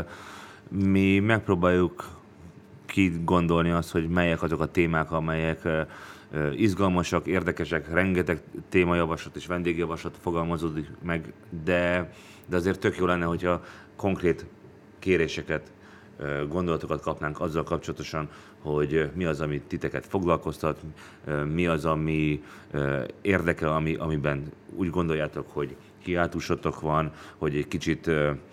mi megpróbáljuk kigondolni azt, hogy melyek azok a témák, amelyek uh, uh, izgalmasak, érdekesek, rengeteg témajavaslat és vendégjavaslat fogalmazódik meg, de, de azért tök jó lenne, hogyha konkrét kéréseket, gondolatokat kapnánk azzal kapcsolatosan, hogy mi az, ami titeket foglalkoztat, mi az, ami érdekel, ami, amiben úgy gondoljátok, hogy hiátusotok van, hogy egy kicsit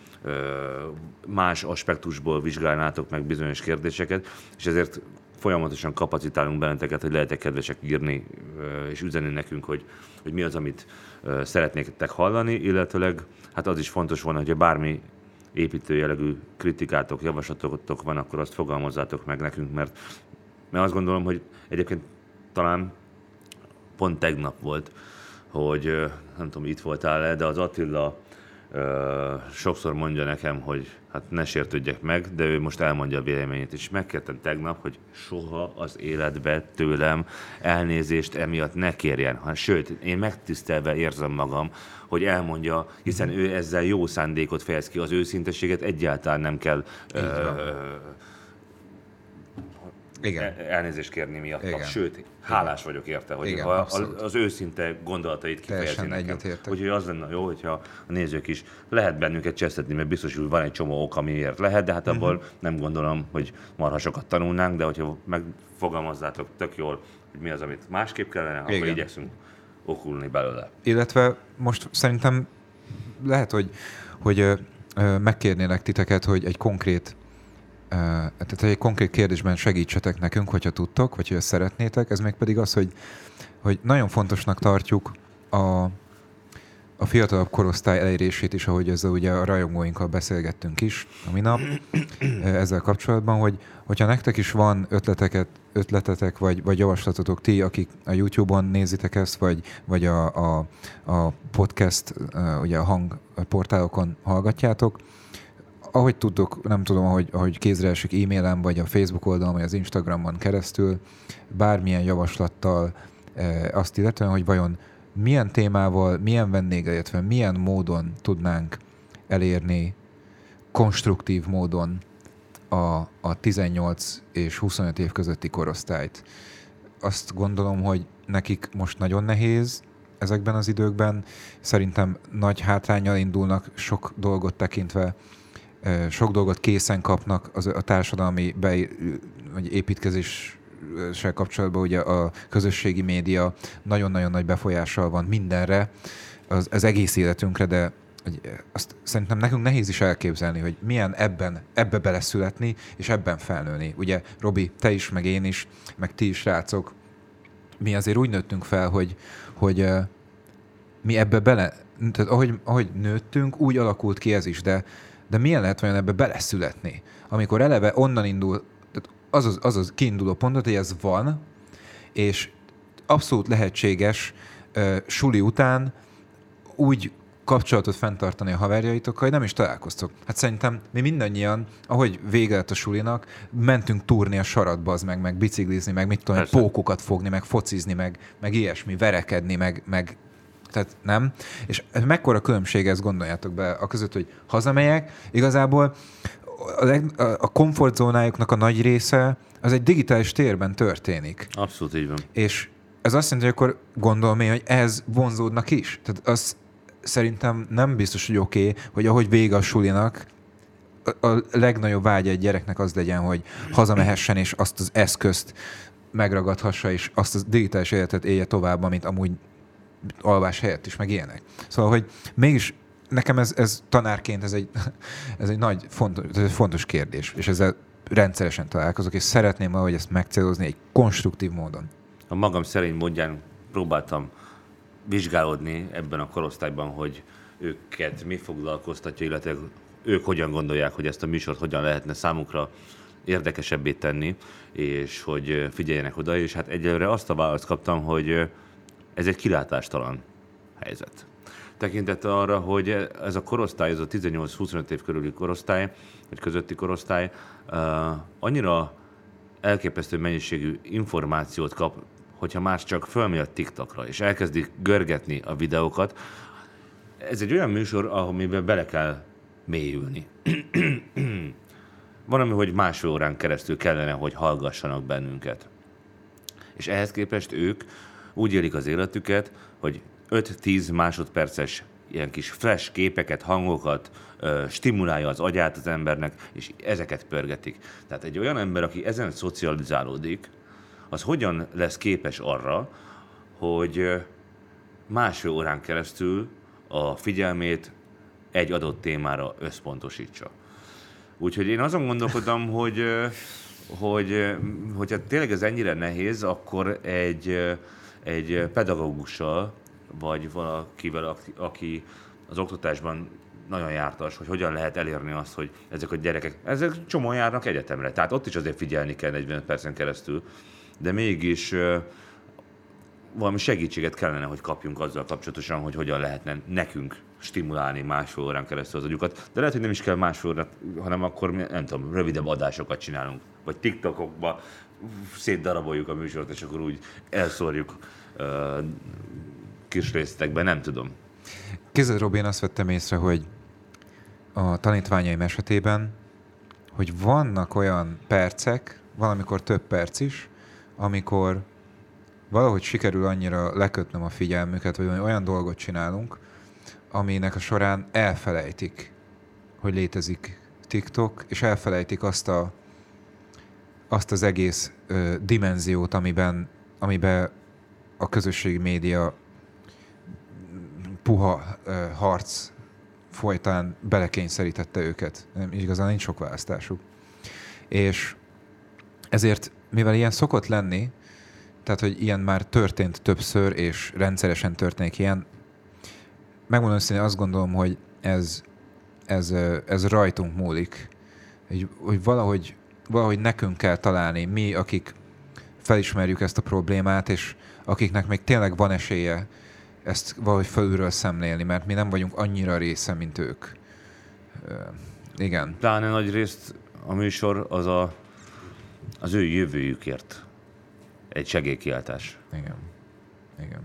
más aspektusból vizsgálnátok meg bizonyos kérdéseket, és ezért folyamatosan kapacitálunk benneteket, hogy lehetek kedvesek írni és üzenni nekünk, hogy, hogy mi az, amit szeretnétek hallani, illetőleg hát az is fontos volna, hogyha bármi építő jellegű kritikátok, javaslatotok van, akkor azt fogalmazzátok meg nekünk, mert, mert azt gondolom, hogy egyébként talán pont tegnap volt, hogy nem tudom, itt voltál-e, de az Attila ö, sokszor mondja nekem, hogy hát ne sértődjek meg, de ő most elmondja a véleményét, és megkértem tegnap, hogy soha az életbe tőlem elnézést emiatt ne kérjen. Ha, sőt, én megtisztelve érzem magam, hogy elmondja, hiszen ő ezzel jó szándékot fejez ki, az őszinteséget egyáltalán nem kell ö, Igen. elnézést kérni miatt. Igen. Sőt, hálás Igen. vagyok érte, hogy Igen, az, az őszinte gondolatait kifejezi nekem. Úgyhogy az lenne jó, hogyha a nézők is lehet bennünket csesztetni, mert biztos, hogy van egy csomó ok, amiért lehet, de hát abból uh-huh. nem gondolom, hogy marha sokat tanulnánk, de hogyha megfogalmazzátok tök jól, hogy mi az, amit másképp kellene, Igen. akkor igyekszünk okulni belőle. Illetve most szerintem lehet, hogy, hogy ö, ö, megkérnélek titeket, hogy egy konkrét Uh, tehát egy konkrét kérdésben segítsetek nekünk, hogyha tudtok, vagy hogyha szeretnétek, ez még pedig az, hogy, hogy nagyon fontosnak tartjuk a, a fiatalabb korosztály elérését is, ahogy ezzel ugye a rajongóinkkal beszélgettünk is a minap ezzel kapcsolatban, hogy hogyha nektek is van ötleteket, ötletetek, vagy, vagy javaslatotok ti, akik a YouTube-on nézitek ezt, vagy, vagy a, a, a podcast, ugye a hangportálokon hallgatjátok, ahogy tudtok, nem tudom, ahogy, ahogy kézre esik e-mailen, vagy a Facebook oldalon, vagy az Instagramon keresztül, bármilyen javaslattal e, azt illetően, hogy vajon milyen témával, milyen vendéggel, illetve milyen módon tudnánk elérni konstruktív módon a, a tizennyolc és huszonöt év közötti korosztályt. Azt gondolom, hogy nekik most nagyon nehéz ezekben az időkben. Szerintem nagy hátránnyal indulnak sok dolgot tekintve, sok dolgot készen kapnak az, a társadalmi be, vagy építkezés közlekedéssel kapcsolatban ugye a közösségi média nagyon-nagyon nagy befolyással van mindenre, az, az egész életünkre, de azt szerintem nekünk nehéz is elképzelni, hogy milyen ebben, ebbe beleszületni, és ebben felnőni. Ugye, Robi, te is, meg én is, meg ti is, srácok, mi azért úgy nőttünk fel, hogy, hogy uh, mi ebbe bele, tehát ahogy, ahogy nőttünk, úgy alakult ki ez is, de, de milyen lehet olyan ebbe beleszületni? Amikor eleve onnan indul, az az, az, az kiinduló pontot, hogy ez van, és abszolút lehetséges uh, suli után úgy kapcsolatot fenntartani a haverjaitokkal, hogy nem is találkoztok. Hát szerintem mi mindannyian, ahogy vége lett a sulinak, mentünk túrni a saratba, az meg, meg biciklizni, meg mit tudom, pókokat fogni, meg focizni, meg, meg ilyesmi, verekedni, meg, meg tehát nem. És mekkora különbség ez, gondoljátok be, a között, hogy hazamegyek, igazából a, leg, a komfortzónájuknak a nagy része az egy digitális térben történik. Abszolút így van. És ez azt jelenti, hogy akkor gondolom én, hogy ez vonzódnak is. Tehát az szerintem nem biztos, hogy oké, okay, hogy ahogy vége a sulinak, a, a legnagyobb vágya egy gyereknek az legyen, hogy hazamehessen, és azt az eszközt megragadhassa, és azt a digitális életet élje tovább, amit amúgy alvás helyett is, meg ilyenek. Szóval, hogy mégis nekem ez, ez tanárként ez egy, ez egy nagy fontos, ez egy fontos kérdés, és ezzel rendszeresen találkozok, és szeretném valahogy ezt megcélozni egy konstruktív módon. A magam szerény módján próbáltam vizsgálódni ebben a korosztályban, hogy őket mi foglalkoztatja, illetve ők hogyan gondolják, hogy ezt a műsort hogyan lehetne számukra érdekesebbé tenni, és hogy figyeljenek oda, és hát egyelőre azt a választ kaptam, hogy ez egy kilátástalan helyzet. Tekintettel arra, hogy ez a korosztály, ez a tizennyolc-huszonöt év körüli korosztály, vagy közötti korosztály, uh, annyira elképesztő mennyiségű információt kap, hogyha más csak fölmegy a TikTokra, és elkezdik görgetni a videókat. Ez egy olyan műsor, amiben bele kell mélyülni. Van, ami, hogy másfél órán keresztül kellene, hogy hallgassanak bennünket. És ehhez képest ők úgy élik az életüket, hogy öt-tíz másodperces ilyen kis flash képeket, hangokat ö, stimulálja az agyát az embernek, és ezeket pörgetik. Tehát egy olyan ember, aki ezen szocializálódik, az hogyan lesz képes arra, hogy másfél órán keresztül a figyelmét egy adott témára összpontosítsa. Úgyhogy én azon gondolkodom, hogy, hogy hogyha tényleg ez ennyire nehéz, akkor egy, egy pedagógussal, vagy valakivel, aki az oktatásban nagyon jártas, hogy hogyan lehet elérni azt, hogy ezek a gyerekek, ezek csomóan járnak egyetemre, tehát ott is azért figyelni kell negyven percen keresztül, de mégis uh, valami segítséget kellene, hogy kapjunk azzal kapcsolatosan, hogy hogyan lehetne nekünk stimulálni másfél órán keresztül az agyukat. De lehet, hogy nem is kell másfél órát, hanem akkor, nem tudom, rövidebb adásokat csinálunk. Vagy TikTokokba szétdaraboljuk a műsort, és akkor úgy elszórjuk uh, kis részletekben, nem tudom. Képzeld, Robi, én azt vettem észre, hogy a tanítványaim esetében, hogy vannak olyan percek, valamikor több perc is, amikor valahogy sikerül annyira lekötnöm a figyelmüket, vagy olyan dolgot csinálunk, aminek a során elfelejtik, hogy létezik TikTok, és elfelejtik azt, a, azt az egész ö, dimenziót, amiben, amiben a közösségi média puha ö, harc folytán belekényszerítette őket. Nem, igazán nincs sok választásuk. És ezért, mivel ilyen szokott lenni, tehát, hogy ilyen már történt többször, és rendszeresen történik ilyen, megmondom őszintén, azt gondolom, hogy ez, ez, ez rajtunk múlik. Hogy, hogy valahogy, valahogy nekünk kell találni, mi, akik felismerjük ezt a problémát, és akiknek még tényleg van esélye ezt valahogy felülről szemlélni, mert mi nem vagyunk annyira része, mint ők. Igen. Pláne nagy részt a műsor az a, az ő jövőjükért egy segélykiáltás. Igen. Igen.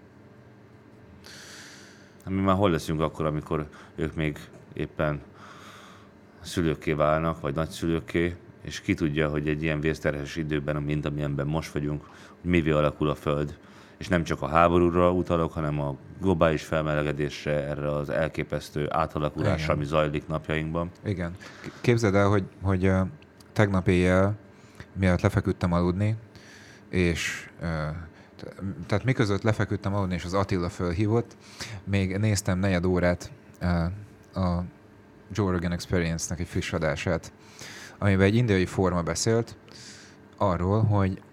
Mi már hol leszünk akkor, amikor ők még éppen szülőkké válnak, vagy nagyszülőkké, és ki tudja, hogy egy ilyen vészterhes időben, mint amilyenben most vagyunk, hogy mivé alakul a Föld. És nem csak a háborúra utalok, hanem a globális felmelegedésre, erre az elképesztő átalakulásra, Igen. ami zajlik napjainkban. Igen. Képzeld el, hogy, hogy uh, tegnap éjjel, mielőtt lefeküdtem aludni, és tehát miközött lefeküdtem aludni, és az Attila fölhívott, még néztem negyed órát a Joe Rogan Experience-nek egy friss adását, amiben egy indiai forma beszélt arról, hogy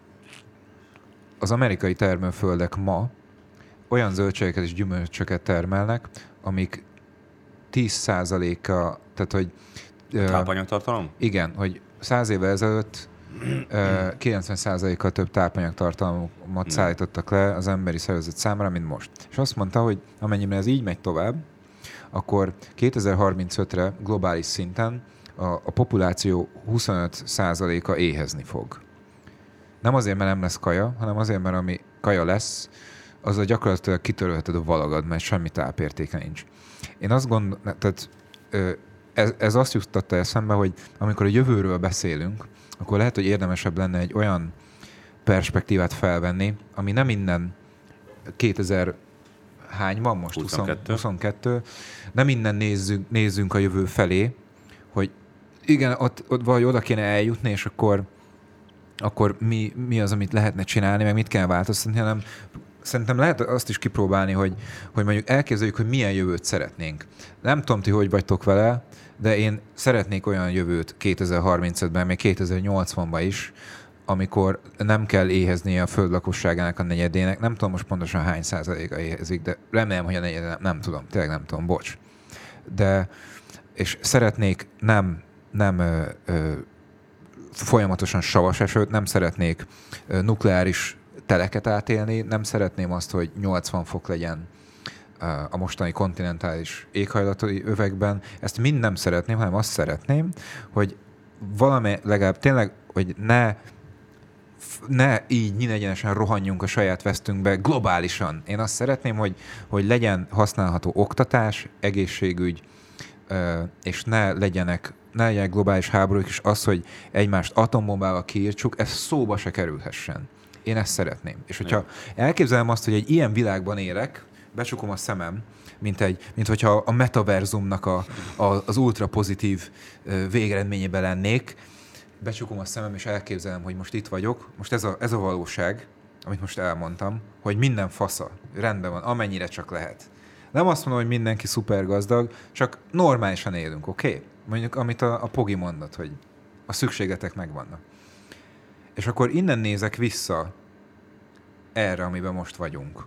az amerikai termőföldek ma olyan zöldségeket és gyümölcsöket termelnek, amik tíz százaléka, tehát hogy... Tápanyagtartalom? Igen, hogy száz évvel ezelőtt kilencven százalékkal több tápanyagtartalmat szállítottak le az emberi szervezet számára, mint most. És azt mondta, hogy amennyiben ez így megy tovább, akkor kétezer-harmincötre globális szinten a, a populáció huszonöt százaléka éhezni fog. Nem azért, mert nem lesz kaja, hanem azért, mert ami kaja lesz, azzal gyakorlatilag kitörölheted a valagad, mert semmi tápértéke nincs. Én azt gondolom, tehát ez, ez azt juttatta eszembe, hogy amikor a jövőről beszélünk, akkor lehet, hogy érdemesebb lenne egy olyan perspektívát felvenni, ami nem innen kétezer hány van most? huszonkettő. huszonkettő. Nem innen nézzünk, nézzünk a jövő felé, hogy igen, ott, ott vagy oda kéne eljutni, és akkor, akkor mi, mi az, amit lehetne csinálni, meg mit kell változtatni, hanem szerintem lehet azt is kipróbálni, hogy, hogy mondjuk elképzeljük, hogy milyen jövőt szeretnénk. Nem tudom, ti hogy vagytok vele, de én szeretnék olyan jövőt kétezer-harmincötben, még kétezer-nyolcvanban is, amikor nem kell éheznie a föld lakosságának a negyedének. Nem tudom most pontosan hány százaléka éhezik, de remélem, hogy a negyed, nem, nem tudom, tényleg nem tudom, bocs. De, és szeretnék nem, nem ö, ö, folyamatosan savas esőt, nem szeretnék ö, nukleáris teleket átélni, nem szeretném azt, hogy nyolcvan fok legyen a mostani kontinentális éghajlati övekben. Ezt mind nem szeretném, hanem azt szeretném, hogy valami legalább tényleg, hogy ne, ne így nyílegyenesen rohanjunk a saját vesztünkbe globálisan. Én azt szeretném, hogy, hogy legyen használható oktatás, egészségügy, és ne legyenek, ne legyenek globális háborúk, és az, hogy egymást atombombával kiírtsuk, ez szóba se kerülhessen. Én ezt szeretném. És hogyha elképzelem azt, hogy egy ilyen világban élek, becsukom a szemem, mint, egy, mint hogyha a metaverzumnak a, a, az ultra pozitív végeredményében lennék, becsukom a szemem, és elképzelem, hogy most itt vagyok, most ez a, ez a valóság, amit most elmondtam, hogy minden fasza, rendben van, amennyire csak lehet. Nem azt mondom, hogy mindenki szuper gazdag, csak normálisan élünk, oké? Okay? Mondjuk, amit a, a Pogi mondott, hogy a szükségletek megvannak. És akkor innen nézek vissza erre, amiben most vagyunk.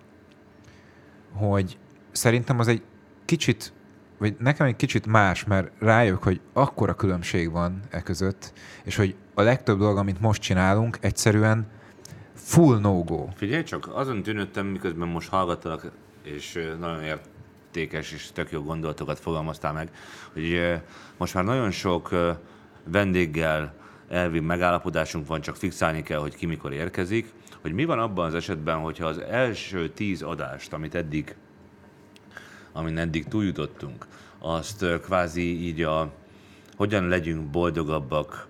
Hogy szerintem az egy kicsit, vagy nekem egy kicsit más, mert rájövök, hogy akkora különbség van e között, és hogy a legtöbb dolog, amit most csinálunk, egyszerűen full no-go. Figyelj csak, azon tűnődtem, miközben most hallgattalak, és nagyon értékes és tök jó gondolatokat fogalmaztál meg, hogy most már nagyon sok vendéggel elvi megállapodásunk van, csak fixálni kell, hogy ki mikor érkezik, hogy mi van abban az esetben, hogyha az első tíz adást, amit eddig, amin eddig túljutottunk, azt kvázi így a hogyan legyünk boldogabbak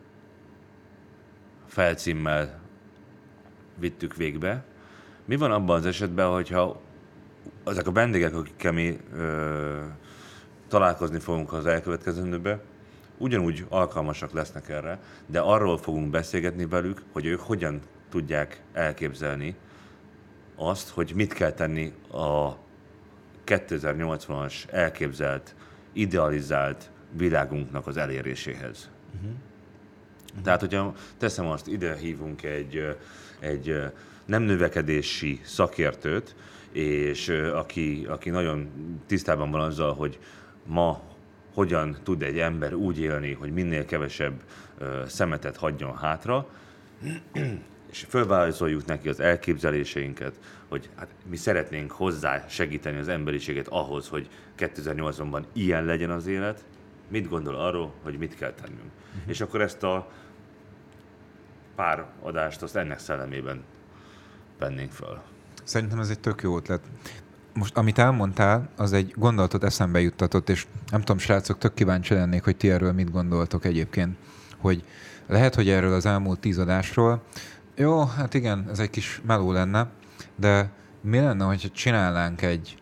felcímmel vittük végbe. Mi van abban az esetben, hogyha ezek a vendégek, akikkel mi ö, találkozni fogunk az elkövetkezendőben, ugyanúgy alkalmasak lesznek erre, de arról fogunk beszélgetni velük, hogy ők hogyan tudják elképzelni azt, hogy mit kell tenni a kétezer-nyolcvanas elképzelt, idealizált világunknak az eléréséhez. Uh-huh. Tehát, hogyha teszem azt, ide hívunk egy, egy nem növekedési szakértőt, és aki, aki nagyon tisztában van azzal, hogy ma hogyan tud egy ember úgy élni, hogy minél kevesebb ö, szemetet hagyjon hátra, és fölvázoljuk neki az elképzeléseinket, hogy hát mi szeretnénk hozzá segíteni az emberiséget ahhoz, hogy kétezer-nyolcvanban ilyen legyen az élet, mit gondol arról, hogy mit kell tennünk. Uh-huh. És akkor ezt a pár adást azt ennek szellemében vennénk föl. Szerintem ez egy tök jó ötlet. Most, amit elmondtál, az egy gondolatot eszembe juttatott, és nem tudom, srácok, tök kíváncsi lennék, hogy ti erről mit gondoltok egyébként. Hogy lehet, hogy erről az elmúlt tíz adásról, jó, hát igen, ez egy kis meló lenne, de mi lenne, hogyha csinálnánk egy,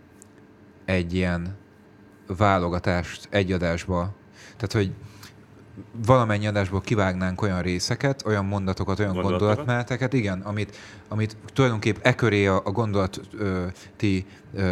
egy ilyen válogatást egy adásba? Tehát, hogy valamennyi adásból kivágnánk olyan részeket, olyan mondatokat, olyan gondolatmeneteket, igen, amit, amit tulajdonképp e köré a, a gondolati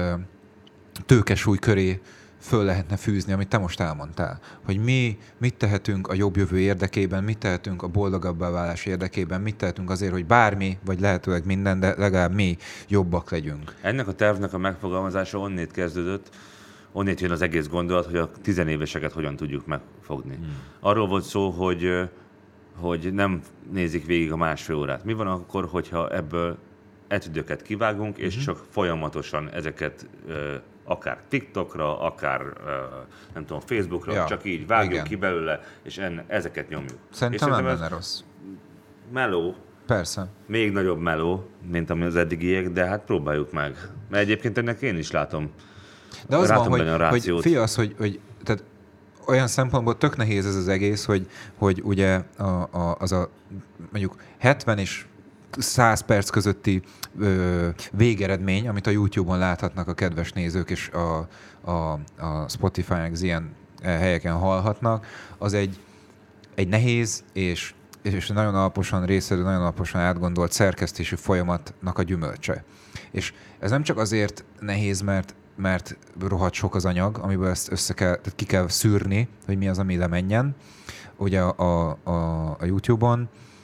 tőkesúly köré föl lehetne fűzni, amit te most elmondtál. Hogy mi mit tehetünk a jobb jövő érdekében, mit tehetünk a boldogabbá válás érdekében, mit tehetünk azért, hogy bármi, vagy lehetőleg minden, de legalább mi jobbak legyünk. Ennek a tervnek a megfogalmazása onnét kezdődött, onnét jön az egész gondolat, hogy a tizenéveseket hogyan tudjuk megfogni. Hmm. Arról volt szó, hogy, hogy nem nézik végig a másfél órát. Mi van akkor, hogyha ebből etüdöket kivágunk, és hmm. csak folyamatosan ezeket akár TikTokra, akár nem tudom, Facebookra, ja, csak így vágjuk igen. ki belőle, és enne, ezeket nyomjuk. Szerintem nem lenne rossz. Meló. Persze. Még nagyobb meló, mint ami az eddigiek, de hát próbáljuk meg. Mert egyébként ennek én is látom. De az van, hogy, hogy fia az, hogy, hogy tehát olyan szempontból tök nehéz ez az egész, hogy, hogy ugye a, a, az a mondjuk hetven és száz perc közötti ö, végeredmény, amit a YouTube-on láthatnak a kedves nézők, és a, a, a Spotify-nak az ilyen helyeken hallhatnak, az egy, egy nehéz és, és nagyon alaposan részletű, nagyon alaposan átgondolt szerkesztési folyamatnak a gyümölcse. És ez nem csak azért nehéz, mert mert rohadt sok az anyag, amiből ezt össze kell, tehát ki kell szűrni, hogy mi az, ami lemenjen, ugye a, a, a YouTube-on,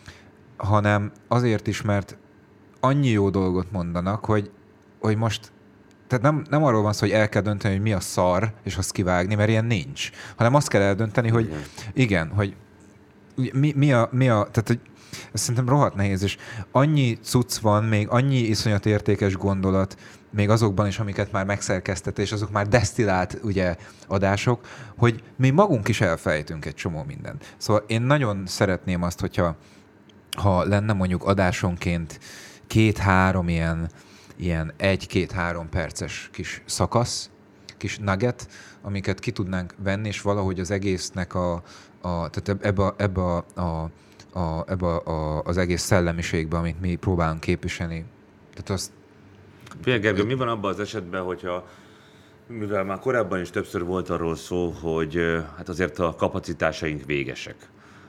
hanem azért is, mert annyi jó dolgot mondanak, hogy, hogy most, tehát nem, nem arról van szó, hogy el kell dönteni, hogy mi a szar, és azt kivágni, mert ilyen nincs, hanem azt kell eldönteni, hogy igen, hogy mi, mi a, mi a tehát, hogy ez szerintem rohadt nehéz, és annyi cucc van, még annyi iszonyat értékes gondolat, még azokban is, amiket már megszerkesztett, és azok már desztillált ugye, adások, hogy mi magunk is elfelejtünk egy csomó mindent. Szóval én nagyon szeretném azt, hogyha ha lenne mondjuk adásonként két-három ilyen, ilyen egy-két-három perces kis szakasz, kis nugget, amiket ki tudnánk venni, és valahogy az egésznek a, a tehát ebbe, a, ebbe, a, a, a, ebbe a, az egész szellemiségbe, amit mi próbálunk képviselni. Tehát azt Figyelj, Gergő, mi van abban az esetben, hogyha, mivel már korábban is többször volt arról szó, hogy hát azért a kapacitásaink végesek.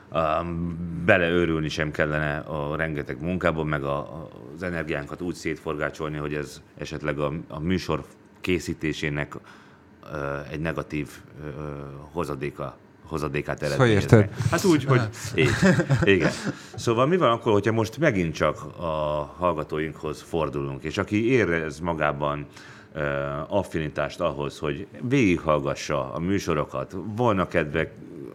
Um, beleőrülni sem kellene a rengeteg munkában, meg a, az energiánkat úgy szétforgácsolni, hogy ez esetleg a, a műsor készítésének uh, egy negatív uh, hozadéka, hozadékát eredményezne. Hát úgy, hogy így, igen. Szóval mi van akkor, hogyha most megint csak a hallgatóinkhoz fordulunk, és aki érez magában uh, affinitást ahhoz, hogy végighallgassa a műsorokat, volna kedve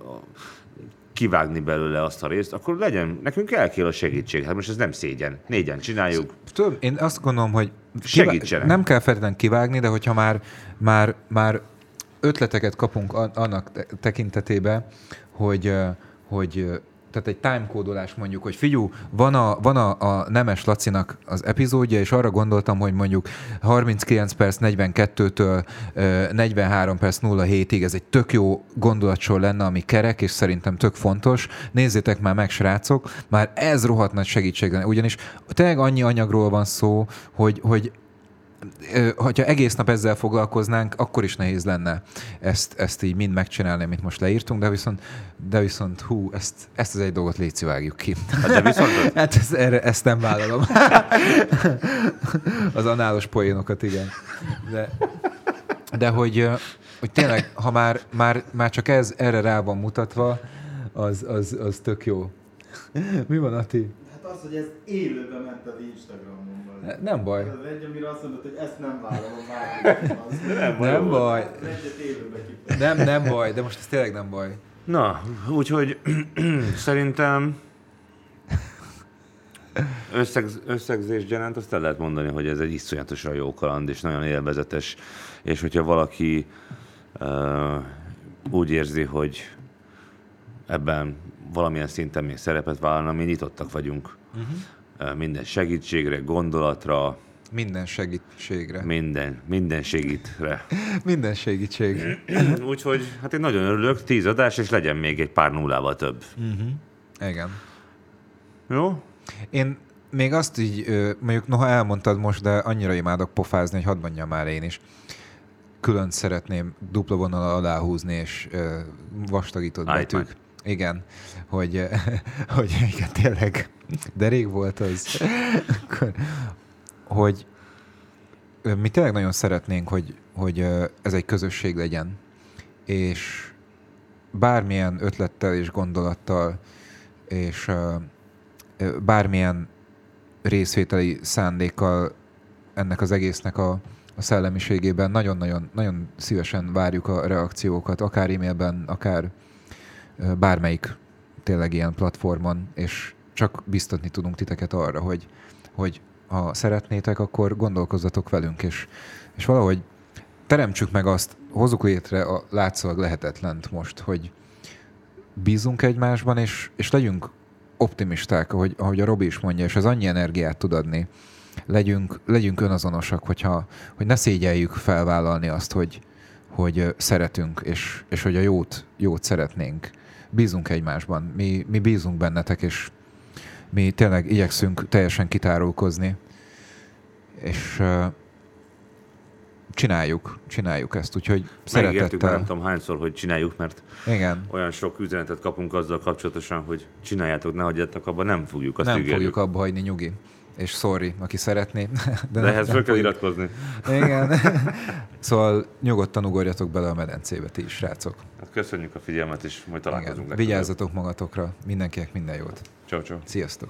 kivágni belőle azt a részt, akkor legyen, nekünk el kell a segítség. Hát most ez nem szégyen. Négyen csináljuk. Tudom, én azt gondolom, hogy segítsenek. Nem kell feltétlenül kivágni, de hogyha már, már, már ötleteket kapunk annak tekintetében, hogy, hogy tehát egy timecódolás mondjuk, hogy figyú, van a, van a, a Nemes Lacinak az epizódja, és arra gondoltam, hogy mondjuk harminckilenc perc negyvenkettőtől negyvenhárom perc nulla hétig ez egy tök jó gondolatsor lenne, ami kerek, és szerintem tök fontos. Nézzétek már meg, srácok, már ez rohadt nagy segítség lenne. Ugyanis tényleg annyi anyagról van szó, hogy, hogy hogyha egész nap ezzel foglalkoznánk, akkor is nehéz lenne ezt, ezt így mind megcsinálni, amit most leírtunk, de viszont, de viszont hú, ezt, ezt az egy dolgot léci vágjuk ki. Hát de viszont... hát ezt, erre, ezt nem vállalom. Az análos poénokat, igen. De, de hogy, hogy tényleg, ha már, már, már csak ez erre rá van mutatva, az, az, az tök jó. Mi van, Ati? Hát az, hogy ez élőben ment az Instagramon. Nem baj. Az egy, amire azt mondod, hogy ezt nem vállalom már. Nem baj. Nem baj. Nem, nem baj, de most ez tényleg nem baj. Na, úgyhogy szerintem összeg, összegzés gyanánt azt el lehet mondani, hogy ez egy iszonyatosan jó kaland, és nagyon élvezetes, és hogyha valaki uh, úgy érzi, hogy ebben valamilyen szinten még szerepet vállalna, mi nyitottak vagyunk. Uh-huh. Minden segítségre, gondolatra. Minden segítségre. Minden, minden segítre. Minden segítség. Úgyhogy hát én nagyon örülök, tíz adás, és legyen még egy pár nullával több. Uh-huh. Igen. Jó? Én még azt így, mondjuk noha elmondtad most, de annyira imádok pofázni, hogy hadd mondjam már én is. Külön szeretném dupla vonal aláhúzni, és vastagított betűk. Igen, hogy, hogy igen, tényleg, de rég volt az, hogy mi tényleg nagyon szeretnénk, hogy, hogy ez egy közösség legyen, és bármilyen ötlettel és gondolattal, és bármilyen részvételi szándékkal ennek az egésznek a, a szellemiségében nagyon-nagyon nagyon szívesen várjuk a reakciókat, akár e-mailben, akár bármelyik tényleg ilyen platformon, és csak biztatni tudunk titeket arra, hogy, hogy ha szeretnétek, akkor gondolkozzatok velünk, és, és valahogy teremtsük meg azt, hozzuk létre a látszólag lehetetlent most, hogy bízunk egymásban, és, és legyünk optimisták, ahogy, ahogy a Robi is mondja, és ez annyi energiát tud adni. Legyünk, legyünk önazonosak, hogyha, hogy ne szégyeljük felvállalni azt, hogy, hogy szeretünk, és, és hogy a jót, jót szeretnénk. Bízunk egymásban, mi, mi bízunk bennetek, és mi tényleg igyekszünk teljesen kitárulkozni, és uh, csináljuk, csináljuk ezt, úgyhogy megértük, szeretettel. nem tudom hányszor, hogy csináljuk, mert igen. olyan sok üzenetet kapunk azzal kapcsolatosan, hogy csináljátok, ne hagyjatok abba, nem fogjuk, azt Nem ígérjük. fogjuk abba hagyni, nyugi. És sorry, aki szeretné. De, de ehhez fel kell iratkozni. Igen. Szóval nyugodtan ugorjatok bele a medencébe ti is, srácok. Hát köszönjük a figyelmet, és majd találkozunk. Igen. Vigyázzatok magatokra, mindenkinek minden jót. Ciao, ciao. Sziasztok.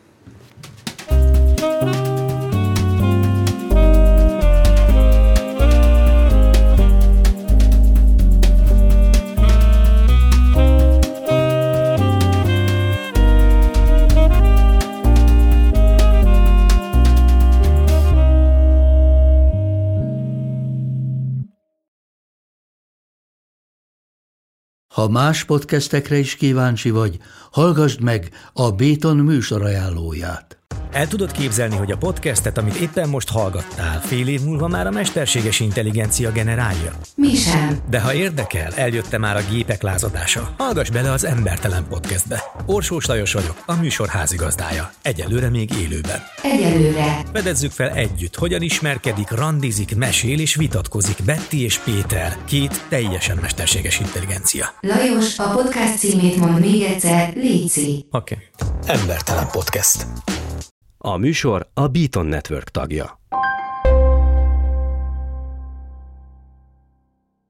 Ha más podcastekre is kíváncsi vagy, hallgassd meg a Béton műsor ajánlóját. El tudod képzelni, hogy a podcastet, amit éppen most hallgattál, fél év múlva már a mesterséges intelligencia generálja? Mi sem. De ha érdekel, eljött már a gépek lázadása. Hallgass bele az Embertelen Podcastbe. Orsós Lajos vagyok, a műsor házigazdája. Egyelőre még élőben. Egyelőre. Fedezzük fel együtt, hogyan ismerkedik, randizik, mesél és vitatkozik Betty és Péter, két teljesen mesterséges intelligencia. Lajos, a podcast címét mond még egyszer, léci. Oké. Okay. Embertelen Podcast. A műsor a Beaton Network tagja.